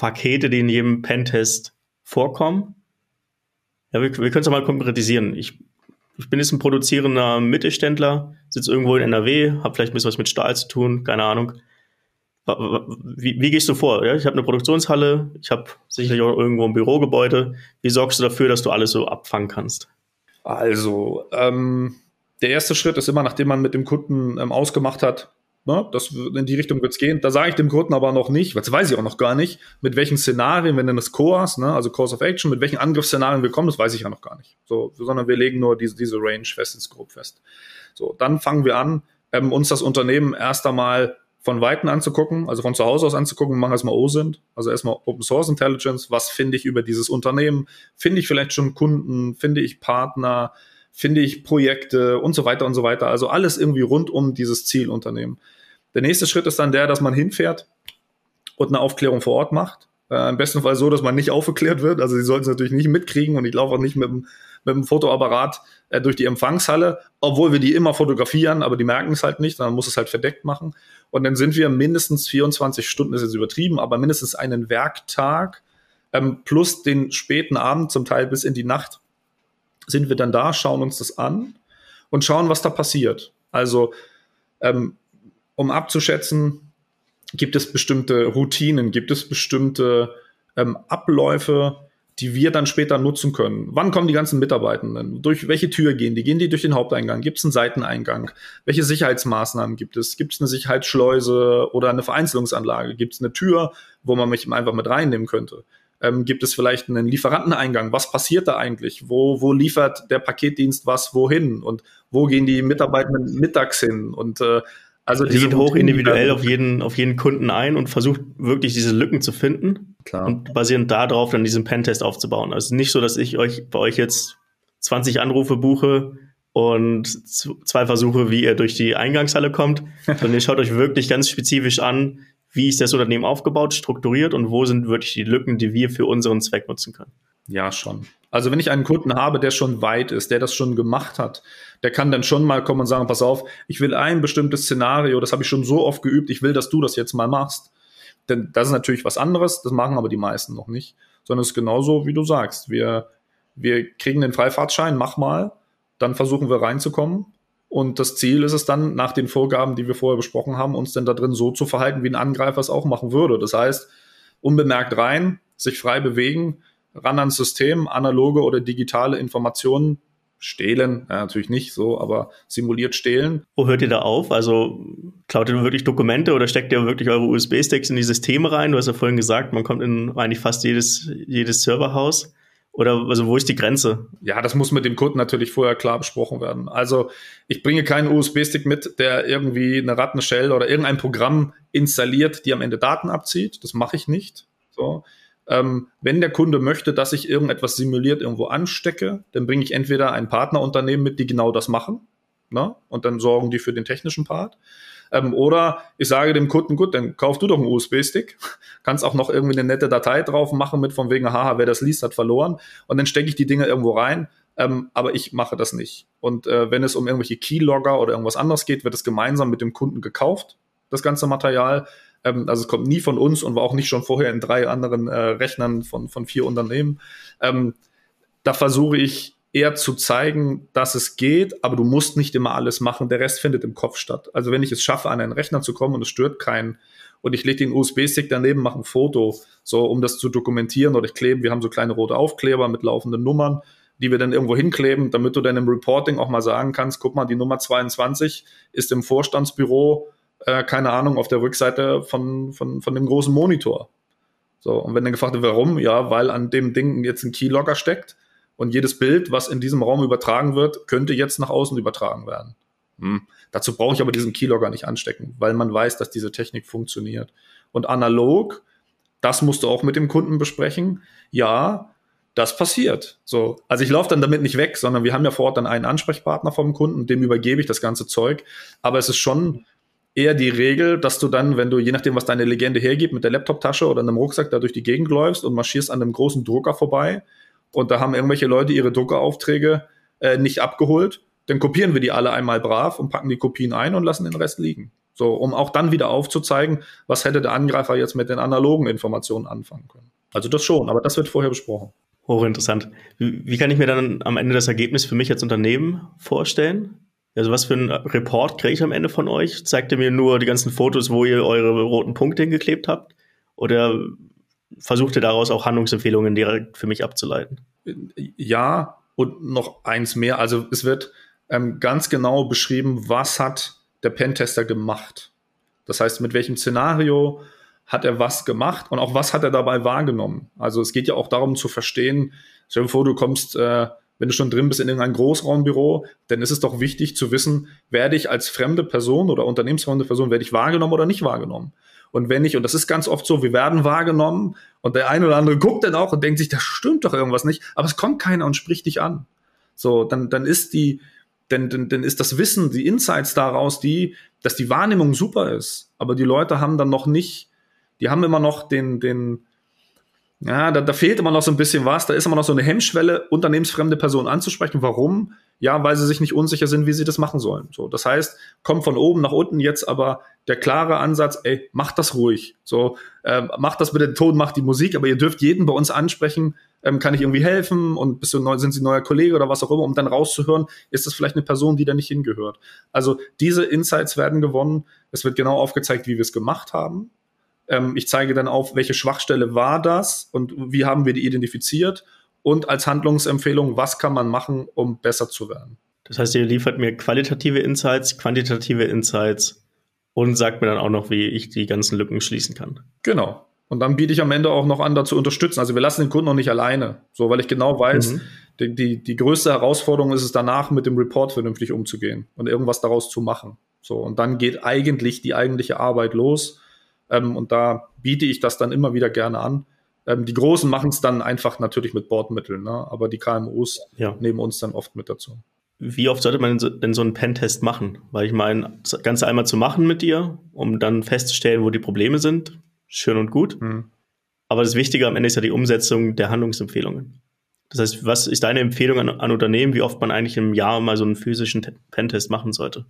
Pakete, die in jedem Pentest vorkommen. Ja, wir, wir können es mal konkretisieren. Ich, ich bin jetzt ein produzierender Mittelständler, sitze irgendwo in N R W, habe vielleicht ein bisschen was mit Stahl zu tun, keine Ahnung. Wie, wie gehst du vor? Ja, ich habe eine Produktionshalle, ich habe sicherlich auch irgendwo ein Bürogebäude. Wie sorgst du dafür, dass du alles so abfangen kannst? Also, ähm, der erste Schritt ist immer, nachdem man mit dem Kunden ähm, ausgemacht hat, ne, das, in die Richtung wird es gehen. Da sage ich dem Kunden aber noch nicht, das weiß ich auch noch gar nicht, mit welchen Szenarien, wenn denn das C O A S, ne, also Course of Action, mit welchen Angriffsszenarien wir kommen, das weiß ich ja noch gar nicht. So, sondern wir legen nur diese, diese Range fest, ins Grob fest. So, dann fangen wir an, ähm, uns das Unternehmen erst einmal von Weitem anzugucken, also von zu Hause aus anzugucken, wir machen erstmal O S I N T, also erstmal Open Source Intelligence, was finde ich über dieses Unternehmen, finde ich vielleicht schon Kunden, finde ich Partner, finde ich Projekte und so weiter und so weiter, also alles irgendwie rund um dieses Zielunternehmen. Der nächste Schritt ist dann der, dass man hinfährt und eine Aufklärung vor Ort macht, äh, im besten Fall so, dass man nicht aufgeklärt wird, also sie sollten es natürlich nicht mitkriegen und ich laufe auch nicht mit dem mit dem Fotoapparat äh, durch die Empfangshalle, obwohl wir die immer fotografieren, aber die merken es halt nicht, dann muss es halt verdeckt machen. Und dann sind wir mindestens vierundzwanzig Stunden, ist jetzt übertrieben, aber mindestens einen Werktag ähm, plus den späten Abend, zum Teil bis in die Nacht, sind wir dann da, schauen uns das an und schauen, was da passiert. Also, ähm, um abzuschätzen, gibt es bestimmte Routinen, gibt es bestimmte ähm, Abläufe, die wir dann später nutzen können. Wann kommen die ganzen Mitarbeitenden? Durch welche Tür gehen die? Gehen die durch den Haupteingang? Gibt es einen Seiteneingang? Welche Sicherheitsmaßnahmen gibt es? Gibt es eine Sicherheitsschleuse oder eine Vereinzelungsanlage? Gibt es eine Tür, wo man mich einfach mit reinnehmen könnte? Ähm, gibt es vielleicht einen Lieferanteneingang? Was passiert da eigentlich? Wo, wo liefert der Paketdienst was wohin? Und wo gehen die Mitarbeitenden mittags hin? Und äh, Also die geht hoch individuell auf jeden, auf jeden Kunden ein und versucht wirklich diese Lücken zu finden. Klar. Und basierend darauf dann diesen Pentest aufzubauen. Also nicht so, dass ich euch bei euch jetzt zwanzig Anrufe buche und zwei Versuche, wie ihr durch die Eingangshalle kommt, sondern ihr schaut euch wirklich ganz spezifisch an, wie ist das Unternehmen aufgebaut, strukturiert und wo sind wirklich die Lücken, die wir für unseren Zweck nutzen können. Ja, schon. Also wenn ich einen Kunden habe, der schon weit ist, der das schon gemacht hat, der kann dann schon mal kommen und sagen, pass auf, ich will ein bestimmtes Szenario, das habe ich schon so oft geübt, ich will, dass du das jetzt mal machst. Denn das ist natürlich was anderes, das machen aber die meisten noch nicht, sondern es ist genauso, wie du sagst. Wir, wir kriegen den Freifahrtschein, mach mal, dann versuchen wir reinzukommen und das Ziel ist es dann, nach den Vorgaben, die wir vorher besprochen haben, uns dann da drin so zu verhalten, wie ein Angreifer es auch machen würde. Das heißt, unbemerkt rein, sich frei bewegen, ran ans System, analoge oder digitale Informationen stehlen, ja, natürlich nicht so, aber simuliert stehlen. Wo hört ihr da auf? Also klaut ihr wirklich Dokumente oder steckt ihr wirklich eure U S B-Sticks in die Systeme rein? Du hast ja vorhin gesagt, man kommt in eigentlich fast jedes, jedes Serverhaus. Oder also wo ist die Grenze? Ja, das muss mit dem Kunden natürlich vorher klar besprochen werden. Also ich bringe keinen U S B-Stick mit, der irgendwie eine Rattenshell oder irgendein Programm installiert, die am Ende Daten abzieht. Das mache ich nicht. So. Ähm, wenn der Kunde möchte, dass ich irgendetwas simuliert irgendwo anstecke, dann bringe ich entweder ein Partnerunternehmen mit, die genau das machen, ne? Und dann sorgen die für den technischen Part. Ähm, oder ich sage dem Kunden, gut, dann kauf du doch einen U S B-Stick, kannst auch noch irgendwie eine nette Datei drauf machen mit von wegen, haha, wer das liest, hat verloren. Und dann stecke ich die Dinge irgendwo rein, ähm, aber ich mache das nicht. Und äh, wenn es um irgendwelche Keylogger oder irgendwas anderes geht, wird es gemeinsam mit dem Kunden gekauft, das ganze Material. Also es kommt nie von uns und war auch nicht schon vorher in drei anderen äh, Rechnern von, von vier Unternehmen. Ähm, da versuche ich eher zu zeigen, dass es geht, aber du musst nicht immer alles machen. Der Rest findet im Kopf statt. Also wenn ich es schaffe, an einen Rechner zu kommen und es stört keinen und ich lege den U S B-Stick daneben, mache ein Foto, so um das zu dokumentieren oder ich klebe, wir haben so kleine rote Aufkleber mit laufenden Nummern, die wir dann irgendwo hinkleben, damit du dann im Reporting auch mal sagen kannst, guck mal, die Nummer zweiundzwanzig ist im Vorstandsbüro, Äh, keine Ahnung, auf der Rückseite von, von, von dem großen Monitor. So, und wenn dann gefragt wird, warum? Ja, weil an dem Ding jetzt ein Keylogger steckt und jedes Bild, was in diesem Raum übertragen wird, könnte jetzt nach außen übertragen werden. Hm. Dazu brauche ich aber diesen Keylogger nicht anstecken, weil man weiß, dass diese Technik funktioniert. Und analog, das musst du auch mit dem Kunden besprechen. Ja, das passiert. So, also ich laufe dann damit nicht weg, sondern wir haben ja vor Ort dann einen Ansprechpartner vom Kunden, dem übergebe ich das ganze Zeug. Aber es ist schon eher die Regel, dass du dann, wenn du, je nachdem, was deine Legende hergibt, mit der Laptoptasche oder einem Rucksack da durch die Gegend läufst und marschierst an einem großen Drucker vorbei und da haben irgendwelche Leute ihre Druckeraufträge äh, nicht abgeholt, dann kopieren wir die alle einmal brav und packen die Kopien ein und lassen den Rest liegen. So, um auch dann wieder aufzuzeigen, was hätte der Angreifer jetzt mit den analogen Informationen anfangen können. Also das schon, aber das wird vorher besprochen. Hochinteressant. Wie, wie kann ich mir dann am Ende das Ergebnis für mich als Unternehmen vorstellen? Also was für einen Report kriege ich am Ende von euch? Zeigt ihr mir nur die ganzen Fotos, wo ihr eure roten Punkte hingeklebt habt? Oder versucht ihr daraus auch Handlungsempfehlungen direkt für mich abzuleiten? Ja, und noch eins mehr. Also es wird ähm, ganz genau beschrieben, was hat der Pentester gemacht. Das heißt, mit welchem Szenario hat er was gemacht und auch was hat er dabei wahrgenommen. Also es geht ja auch darum zu verstellen, stell dir vor, du kommst, äh, wenn du schon drin bist in irgendein Großraumbüro, dann ist es doch wichtig zu wissen, werde ich als fremde Person oder unternehmensfremde Person, werde ich wahrgenommen oder nicht wahrgenommen. Und wenn nicht, und das ist ganz oft so, wir werden wahrgenommen und der eine oder andere guckt dann auch und denkt sich, da stimmt doch irgendwas nicht, aber es kommt keiner und spricht dich an. So, dann, dann ist die, Denn, denn, denn ist das Wissen, die Insights daraus, die, dass die Wahrnehmung super ist, aber die Leute haben dann noch nicht, die haben immer noch den, den, ja, da, da fehlt immer noch so ein bisschen was, da ist immer noch so eine Hemmschwelle, unternehmensfremde Personen anzusprechen. Warum? Ja, weil sie sich nicht unsicher sind, wie sie das machen sollen. So, das heißt, kommt von oben nach unten jetzt aber der klare Ansatz, ey, macht das ruhig. So, äh, macht das mit dem Ton, macht die Musik, aber ihr dürft jeden bei uns ansprechen, ähm, kann ich irgendwie helfen und bist du neu, sind sie ein neuer Kollege oder was auch immer, um dann rauszuhören, ist das vielleicht eine Person, die da nicht hingehört. Also diese Insights werden gewonnen. Es wird genau aufgezeigt, wie wir es gemacht haben. Ähm, ich zeige dann auf, welche Schwachstelle war das und wie haben wir die identifiziert und als Handlungsempfehlung, was kann man machen, um besser zu werden. Das heißt, ihr liefert mir qualitative Insights, quantitative Insights und sagt mir dann auch noch, wie ich die ganzen Lücken schließen kann. Genau. Und dann biete ich am Ende auch noch an, da zu unterstützen. Also wir lassen den Kunden noch nicht alleine, so, weil ich genau weiß, mhm. die, die, die größte Herausforderung ist es danach, mit dem Report vernünftig umzugehen und irgendwas daraus zu machen. So, und dann geht eigentlich die eigentliche Arbeit los. Ähm, und da biete ich das dann immer wieder gerne an. Ähm, die Großen machen es dann einfach natürlich mit Bordmitteln, ne? Aber die K M Us ja. nehmen uns dann oft mit dazu. Wie oft sollte man denn so einen Pentest machen? Weil ich meine, das Ganze einmal zu machen mit dir, um dann festzustellen, wo die Probleme sind, schön und gut. Hm. Aber das Wichtige am Ende ist ja die Umsetzung der Handlungsempfehlungen. Das heißt, was ist deine Empfehlung an, an Unternehmen, wie oft man eigentlich im Jahr mal so einen physischen Pentest machen sollte?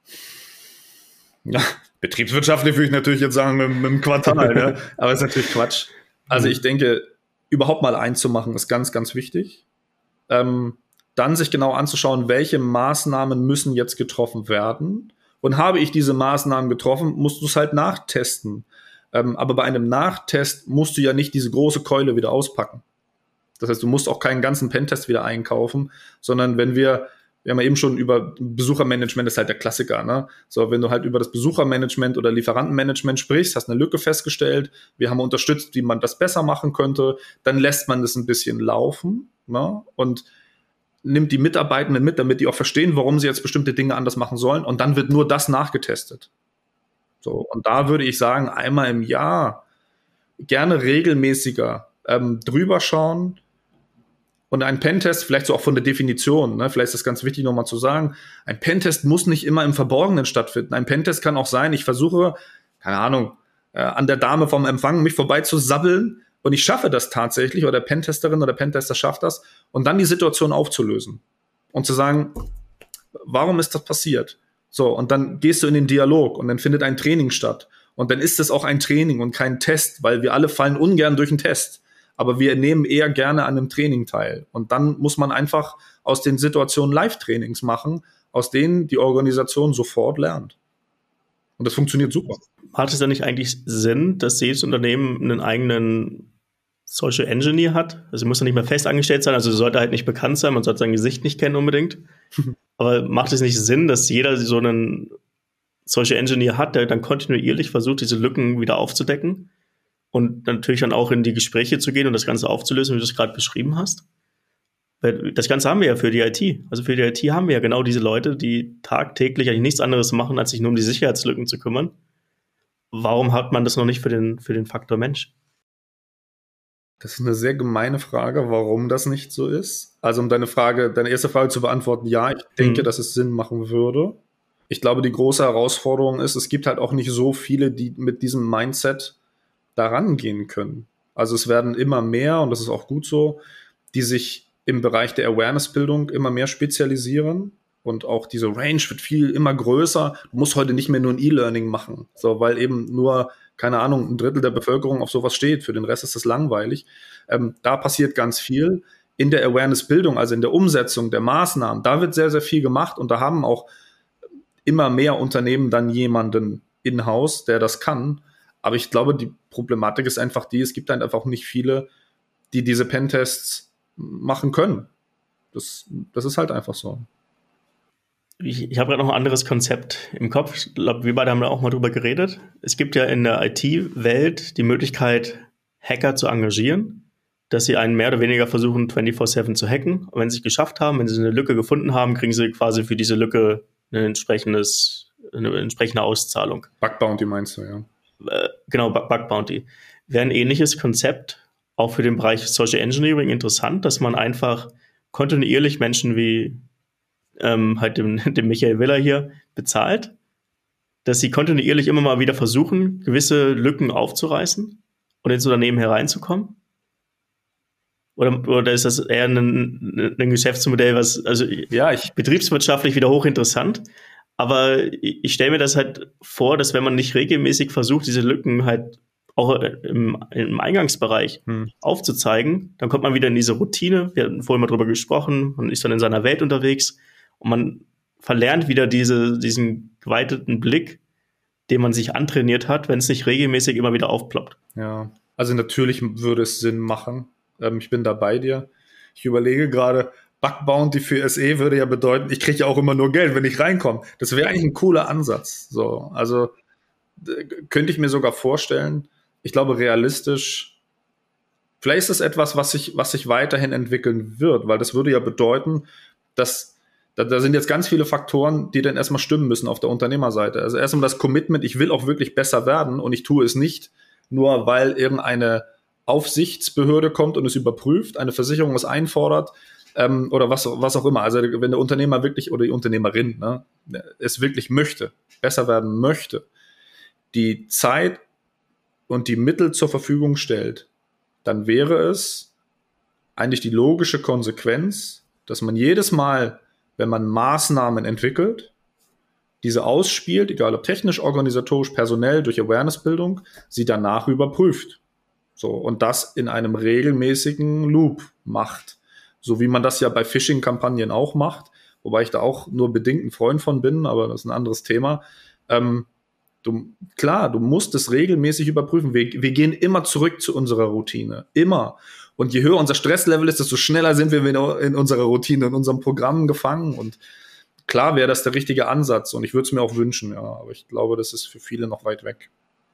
Ja, betriebswirtschaftlich würde ich natürlich jetzt sagen, mit, mit einem Quartal, ne? Aber das ist natürlich Quatsch. Also ich denke, überhaupt mal einzumachen ist ganz, ganz wichtig. Ähm, dann sich genau anzuschauen, welche Maßnahmen müssen jetzt getroffen werden. Und habe ich diese Maßnahmen getroffen, musst du es halt nachtesten. Ähm, aber bei einem Nachtest musst du ja nicht diese große Keule wieder auspacken. Das heißt, du musst auch keinen ganzen Pentest wieder einkaufen, sondern wenn wir Wir haben ja eben schon über Besuchermanagement, das ist halt der Klassiker, ne? So, wenn du halt über das Besuchermanagement oder Lieferantenmanagement sprichst, hast eine Lücke festgestellt, wir haben unterstützt, wie man das besser machen könnte, dann lässt man das ein bisschen laufen, ne? Und nimmt die Mitarbeitenden mit, damit die auch verstehen, warum sie jetzt bestimmte Dinge anders machen sollen, und dann wird nur das nachgetestet. So, und da würde ich sagen, einmal im Jahr, gerne regelmäßiger ähm, drüber schauen. Und ein Pentest, vielleicht so auch von der Definition, ne, vielleicht ist das ganz wichtig nochmal zu sagen, ein Pentest muss nicht immer im Verborgenen stattfinden. Ein Pentest kann auch sein, ich versuche, keine Ahnung, äh, an der Dame vom Empfang mich vorbei zu sabbeln und ich schaffe das tatsächlich, oder der Pentesterin oder der Pentester schafft das, und dann die Situation aufzulösen und zu sagen, warum ist das passiert? So, und dann gehst du in den Dialog und dann findet ein Training statt. Und dann ist es auch ein Training und kein Test, weil wir alle fallen ungern durch einen Test. Aber wir nehmen eher gerne an einem Training teil. Und dann muss man einfach aus den Situationen Live-Trainings machen, aus denen die Organisation sofort lernt. Und das funktioniert super. Hat es dann nicht eigentlich Sinn, dass jedes Unternehmen einen eigenen Social Engineer hat? Also muss er nicht mehr fest angestellt sein, also sollte halt nicht bekannt sein, man sollte sein Gesicht nicht kennen unbedingt. Aber macht es nicht Sinn, dass jeder so einen Social Engineer hat, der dann kontinuierlich versucht, diese Lücken wieder aufzudecken? Und natürlich dann auch in die Gespräche zu gehen und das Ganze aufzulösen, wie du es gerade beschrieben hast. Weil das Ganze haben wir ja für die I T. Also für die I T haben wir ja genau diese Leute, die tagtäglich eigentlich nichts anderes machen, als sich nur um die Sicherheitslücken zu kümmern. Warum hat man das noch nicht für den, für den Faktor Mensch? Das ist eine sehr gemeine Frage, warum das nicht so ist. Also um deine Frage, deine erste Frage zu beantworten, ja, ich denke, mhm. dass es Sinn machen würde. Ich glaube, die große Herausforderung ist, es gibt halt auch nicht so viele, die mit diesem Mindset daran gehen können. Also es werden immer mehr, und das ist auch gut so, die sich im Bereich der Awareness-Bildung immer mehr spezialisieren Und auch diese Range wird viel immer größer. Du musst heute nicht mehr nur ein E-Learning machen, so, weil eben nur, keine Ahnung, ein Drittel der Bevölkerung auf sowas steht. Für den Rest ist das langweilig. Ähm, da passiert ganz viel. In der Awareness-Bildung, also in der Umsetzung der Maßnahmen, da wird sehr, sehr viel gemacht. Und da haben auch immer mehr Unternehmen dann jemanden in-house, der das kann. Aber ich glaube, die Problematik ist einfach die, es gibt halt einfach nicht viele, die diese Pentests machen können. Das, das ist halt einfach so. Ich, ich habe gerade noch ein anderes Konzept im Kopf. Ich glaube, wir beide haben da auch mal drüber geredet. Es gibt ja in der I T-Welt die Möglichkeit, Hacker zu engagieren, dass sie einen mehr oder weniger versuchen, vierundzwanzig sieben zu hacken. Und wenn sie es geschafft haben, wenn sie eine Lücke gefunden haben, kriegen sie quasi für diese Lücke eine, entsprechendes, eine entsprechende Auszahlung. Bug Bounty meinst du, ja. Äh, genau, Bug Bounty. Wäre ein ähnliches Konzept auch für den Bereich Social Engineering interessant, dass man einfach kontinuierlich Menschen wie ähm, halt dem, dem Michael Willer hier bezahlt, dass sie kontinuierlich immer mal wieder versuchen, gewisse Lücken aufzureißen und ins Unternehmen hereinzukommen? Oder, oder ist das eher ein, ein Geschäftsmodell, was, also ja, ich, betriebswirtschaftlich wieder hochinteressant, aber ich, ich stelle mir das halt vor, dass wenn man nicht regelmäßig versucht, diese Lücken halt auch im, im Eingangsbereich hm. aufzuzeigen, dann kommt man wieder in diese Routine. Wir hatten vorhin mal drüber gesprochen, man ist dann in seiner Welt unterwegs und man verlernt wieder diese, diesen geweiteten Blick, den man sich antrainiert hat, wenn es nicht regelmäßig immer wieder aufploppt. Ja, also natürlich würde es Sinn machen. Ähm, ich bin da bei dir. Ich überlege gerade, Bug Bounty für S E würde ja bedeuten, ich kriege ja auch immer nur Geld, wenn ich reinkomme. Das wäre eigentlich ein cooler Ansatz. So, also d- könnte ich mir sogar vorstellen. Ich glaube, realistisch, vielleicht ist das etwas, was sich, was sich weiterhin entwickeln wird, weil das würde ja bedeuten, dass da, da sind jetzt ganz viele Faktoren, die dann erstmal stimmen müssen auf der Unternehmerseite. Also erstmal das Commitment, ich will auch wirklich besser werden und ich tue es nicht nur, weil irgendeine Aufsichtsbehörde kommt und es überprüft, eine Versicherung es einfordert ähm, oder was, was auch immer. Also wenn der Unternehmer wirklich oder die Unternehmerin ne, es wirklich möchte, besser werden möchte, die Zeit und die Mittel zur Verfügung stellt, dann wäre es eigentlich die logische Konsequenz, dass man jedes Mal, wenn man Maßnahmen entwickelt, diese ausspielt, egal ob technisch, organisatorisch, personell, durch Awareness-Bildung, sie danach überprüft. So, und das in einem regelmäßigen Loop macht. So wie man das ja bei Phishing-Kampagnen auch macht, wobei ich da auch nur bedingt ein Freund von bin, aber das ist ein anderes Thema. Ähm, du, klar, du musst es regelmäßig überprüfen. Wir, wir gehen immer zurück zu unserer Routine. Immer. Und je höher unser Stresslevel ist, desto schneller sind wir in unserer Routine, in unserem Programm gefangen. Und klar wäre das der richtige Ansatz. Und ich würde es mir auch wünschen, ja. Aber ich glaube, das ist für viele noch weit weg.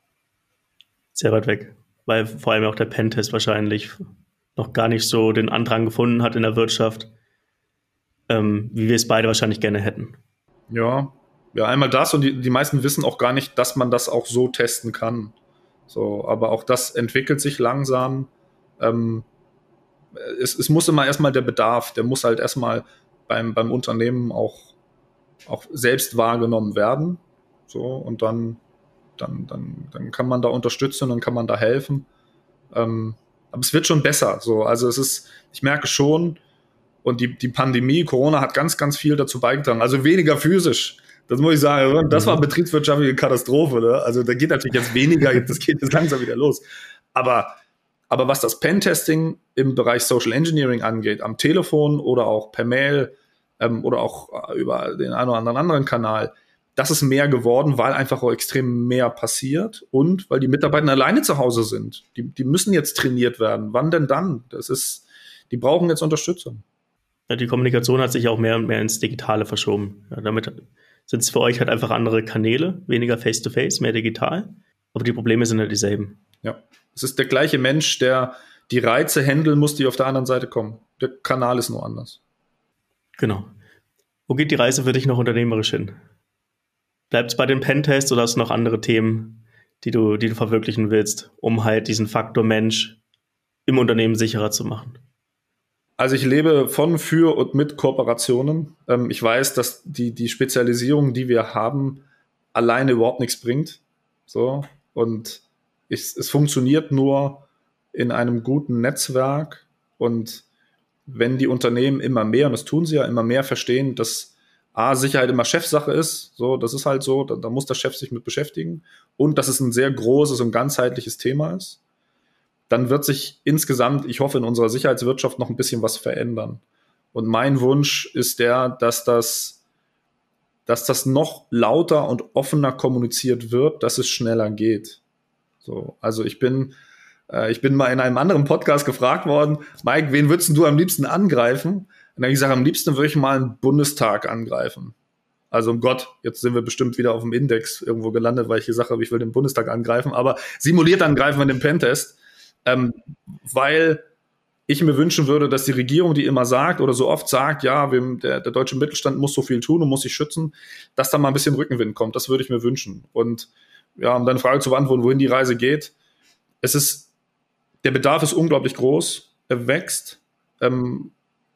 Sehr weit weg. Weil vor allem auch der Pentest wahrscheinlich noch gar nicht so den Andrang gefunden hat in der Wirtschaft, ähm, wie wir es beide wahrscheinlich gerne hätten. Ja, ja, einmal das und die, die meisten wissen auch gar nicht, dass man das auch so testen kann. So, aber auch das entwickelt sich langsam. Ähm, es, es muss immer erstmal der Bedarf, der muss halt erstmal beim, beim Unternehmen auch, auch selbst wahrgenommen werden. So, und dann Dann, dann, dann kann man da unterstützen, dann kann man da helfen. Ähm, aber es wird schon besser. So. Also es ist, ich merke schon, und die, die Pandemie, Corona hat ganz, ganz viel dazu beigetragen. Also weniger physisch. Das muss ich sagen. Das war betriebswirtschaftliche Katastrophe. Ne? Also da geht natürlich jetzt weniger, das geht jetzt langsam wieder los. Aber, aber was das Pentesting im Bereich Social Engineering angeht, am Telefon oder auch per Mail ähm, oder auch über den einen oder anderen anderen Kanal, das ist mehr geworden, weil einfach auch extrem mehr passiert und weil die Mitarbeiter alleine zu Hause sind. Die, die müssen jetzt trainiert werden. Wann denn dann? Das ist, die brauchen jetzt Unterstützung. Ja, die Kommunikation hat sich auch mehr und mehr ins Digitale verschoben. Ja, damit sind es für euch halt einfach andere Kanäle, weniger Face-to-Face, mehr digital. Aber die Probleme sind ja dieselben. Ja, es ist der gleiche Mensch, der die Reize handeln muss, die auf der anderen Seite kommen. Der Kanal ist nur anders. Genau. Wo geht die Reise für dich noch unternehmerisch hin? Bleibt es bei den Pentests oder hast du noch andere Themen, die du, die du verwirklichen willst, um halt diesen Faktor Mensch im Unternehmen sicherer zu machen? Also ich lebe von, für und mit Kooperationen. Ähm, ich weiß, dass die, die Spezialisierung, die wir haben, alleine überhaupt nichts bringt. So. Und ich, es funktioniert nur in einem guten Netzwerk. Und wenn die Unternehmen immer mehr, und das tun sie ja, immer mehr verstehen, dass A, Sicherheit immer Chefsache ist, so, das ist halt so, da, da muss der Chef sich mit beschäftigen und dass es ein sehr großes und ganzheitliches Thema ist, dann wird sich insgesamt, ich hoffe, in unserer Sicherheitswirtschaft noch ein bisschen was verändern. Und mein Wunsch ist der, dass das, dass das noch lauter und offener kommuniziert wird, dass es schneller geht. So, also ich bin, äh, ich bin mal in einem anderen Podcast gefragt worden, Mike, wen würdest du am liebsten angreifen? Und dann habe ich gesagt, am liebsten würde ich mal einen Bundestag angreifen. Also um Gott, jetzt sind wir bestimmt wieder auf dem Index irgendwo gelandet, weil ich gesagt habe, ich will den Bundestag angreifen, aber simuliert angreifen wir den Pentest, ähm, weil ich mir wünschen würde, dass die Regierung, die immer sagt oder so oft sagt, ja, wir, der, der deutsche Mittelstand muss so viel tun und muss sich schützen, dass da mal ein bisschen Rückenwind kommt. Das würde ich mir wünschen. Und ja, um deine Frage zu beantworten, wohin die Reise geht, es ist, der Bedarf ist unglaublich groß, er wächst. Ähm,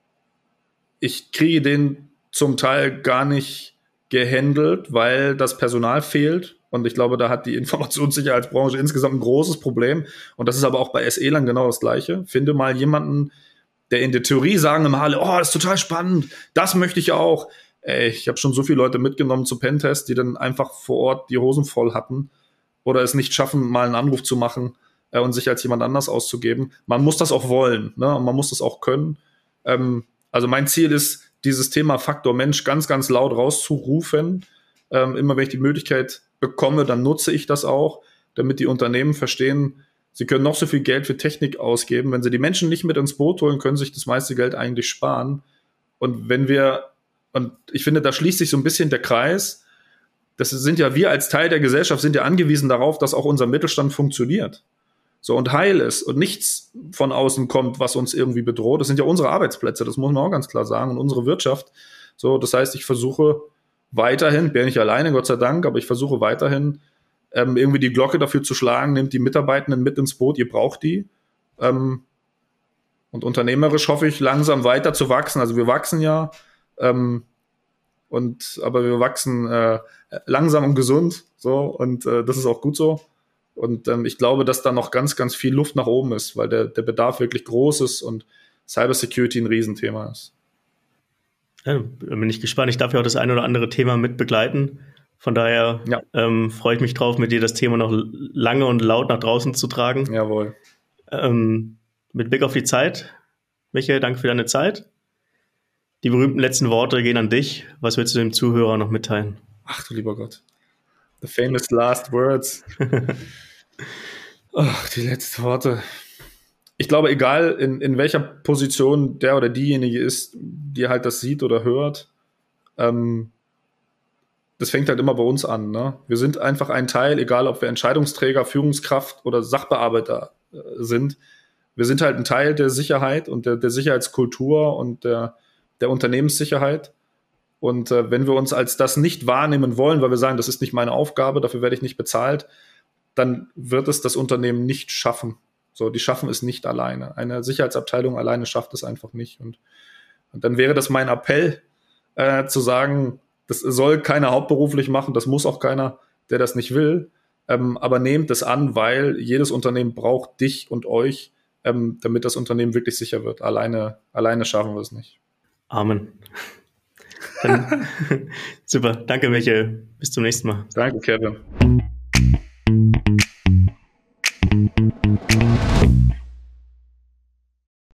ich kriege den zum Teil gar nicht gehandelt, weil das Personal fehlt. Und ich glaube, da hat die Informationssicherheitsbranche insgesamt ein großes Problem. Und das ist aber auch bei S E-Lern genau das Gleiche. Finde mal jemanden, der in der Theorie sagen immer alle, oh, das ist total spannend, das möchte ich auch. Ey, ich habe schon so viele Leute mitgenommen zu Pentests, die dann einfach vor Ort die Hosen voll hatten oder es nicht schaffen, mal einen Anruf zu machen äh, und sich als jemand anders auszugeben. Man muss das auch wollen, ne? Und man muss das auch können. Ähm, also mein Ziel ist, dieses Thema Faktor Mensch ganz, ganz laut rauszurufen. Ähm, immer wenn ich die Möglichkeit bekomme, dann nutze ich das auch, damit die Unternehmen verstehen, sie können noch so viel Geld für Technik ausgeben. Wenn sie die Menschen nicht mit ins Boot holen, können sie sich das meiste Geld eigentlich sparen. Und wenn wir, und ich finde, da schließt sich so ein bisschen der Kreis, das sind ja wir als Teil der Gesellschaft, sind ja angewiesen darauf, dass auch unser Mittelstand funktioniert. So und heil ist und nichts von außen kommt, was uns irgendwie bedroht. Das sind ja unsere Arbeitsplätze, das muss man auch ganz klar sagen, und unsere Wirtschaft. So, das heißt, ich versuche weiterhin, bin nicht alleine, Gott sei Dank, aber ich versuche weiterhin ähm, irgendwie die Glocke dafür zu schlagen, nehmt die Mitarbeitenden mit ins Boot, ihr braucht die. Ähm, und unternehmerisch hoffe ich, langsam weiter zu wachsen. Also wir wachsen ja, ähm, und aber wir wachsen äh, langsam und gesund, so, und äh, das ist auch gut so. Und ähm, ich glaube, dass da noch ganz, ganz viel Luft nach oben ist, weil der, der Bedarf wirklich groß ist und Cybersecurity ein Riesenthema ist. Ja, bin ich gespannt. Ich darf ja auch das ein oder andere Thema mit begleiten. Von daher ja. ähm, freue ich mich drauf, mit dir das Thema noch lange und laut nach draußen zu tragen. Jawohl. Ähm, mit Blick auf die Zeit. Michael, danke für deine Zeit. Die berühmten letzten Worte gehen an dich. Was willst du dem Zuhörer noch mitteilen? Ach du lieber Gott. The famous last words. Ach, die letzten Worte. Ich glaube, egal in, in welcher Position der oder diejenige ist, die halt das sieht oder hört, ähm, das fängt halt immer bei uns an. Ne? Wir sind einfach ein Teil, egal ob wir Entscheidungsträger, Führungskraft oder Sachbearbeiter äh, sind. Wir sind halt ein Teil der Sicherheit und der, der Sicherheitskultur und der, der Unternehmenssicherheit. Und äh, wenn wir uns als das nicht wahrnehmen wollen, weil wir sagen, das ist nicht meine Aufgabe, dafür werde ich nicht bezahlt, dann wird es das Unternehmen nicht schaffen. So, die schaffen es nicht alleine. Eine Sicherheitsabteilung alleine schafft es einfach nicht. Und, und dann wäre das mein Appell, äh, zu sagen, das soll keiner hauptberuflich machen, das muss auch keiner, der das nicht will. Ähm, aber nehmt es an, weil jedes Unternehmen braucht dich und euch, ähm, damit das Unternehmen wirklich sicher wird. Alleine, alleine schaffen wir es nicht. Amen. Dann, super, danke Michael. Bis zum nächsten Mal. Danke, Kevin.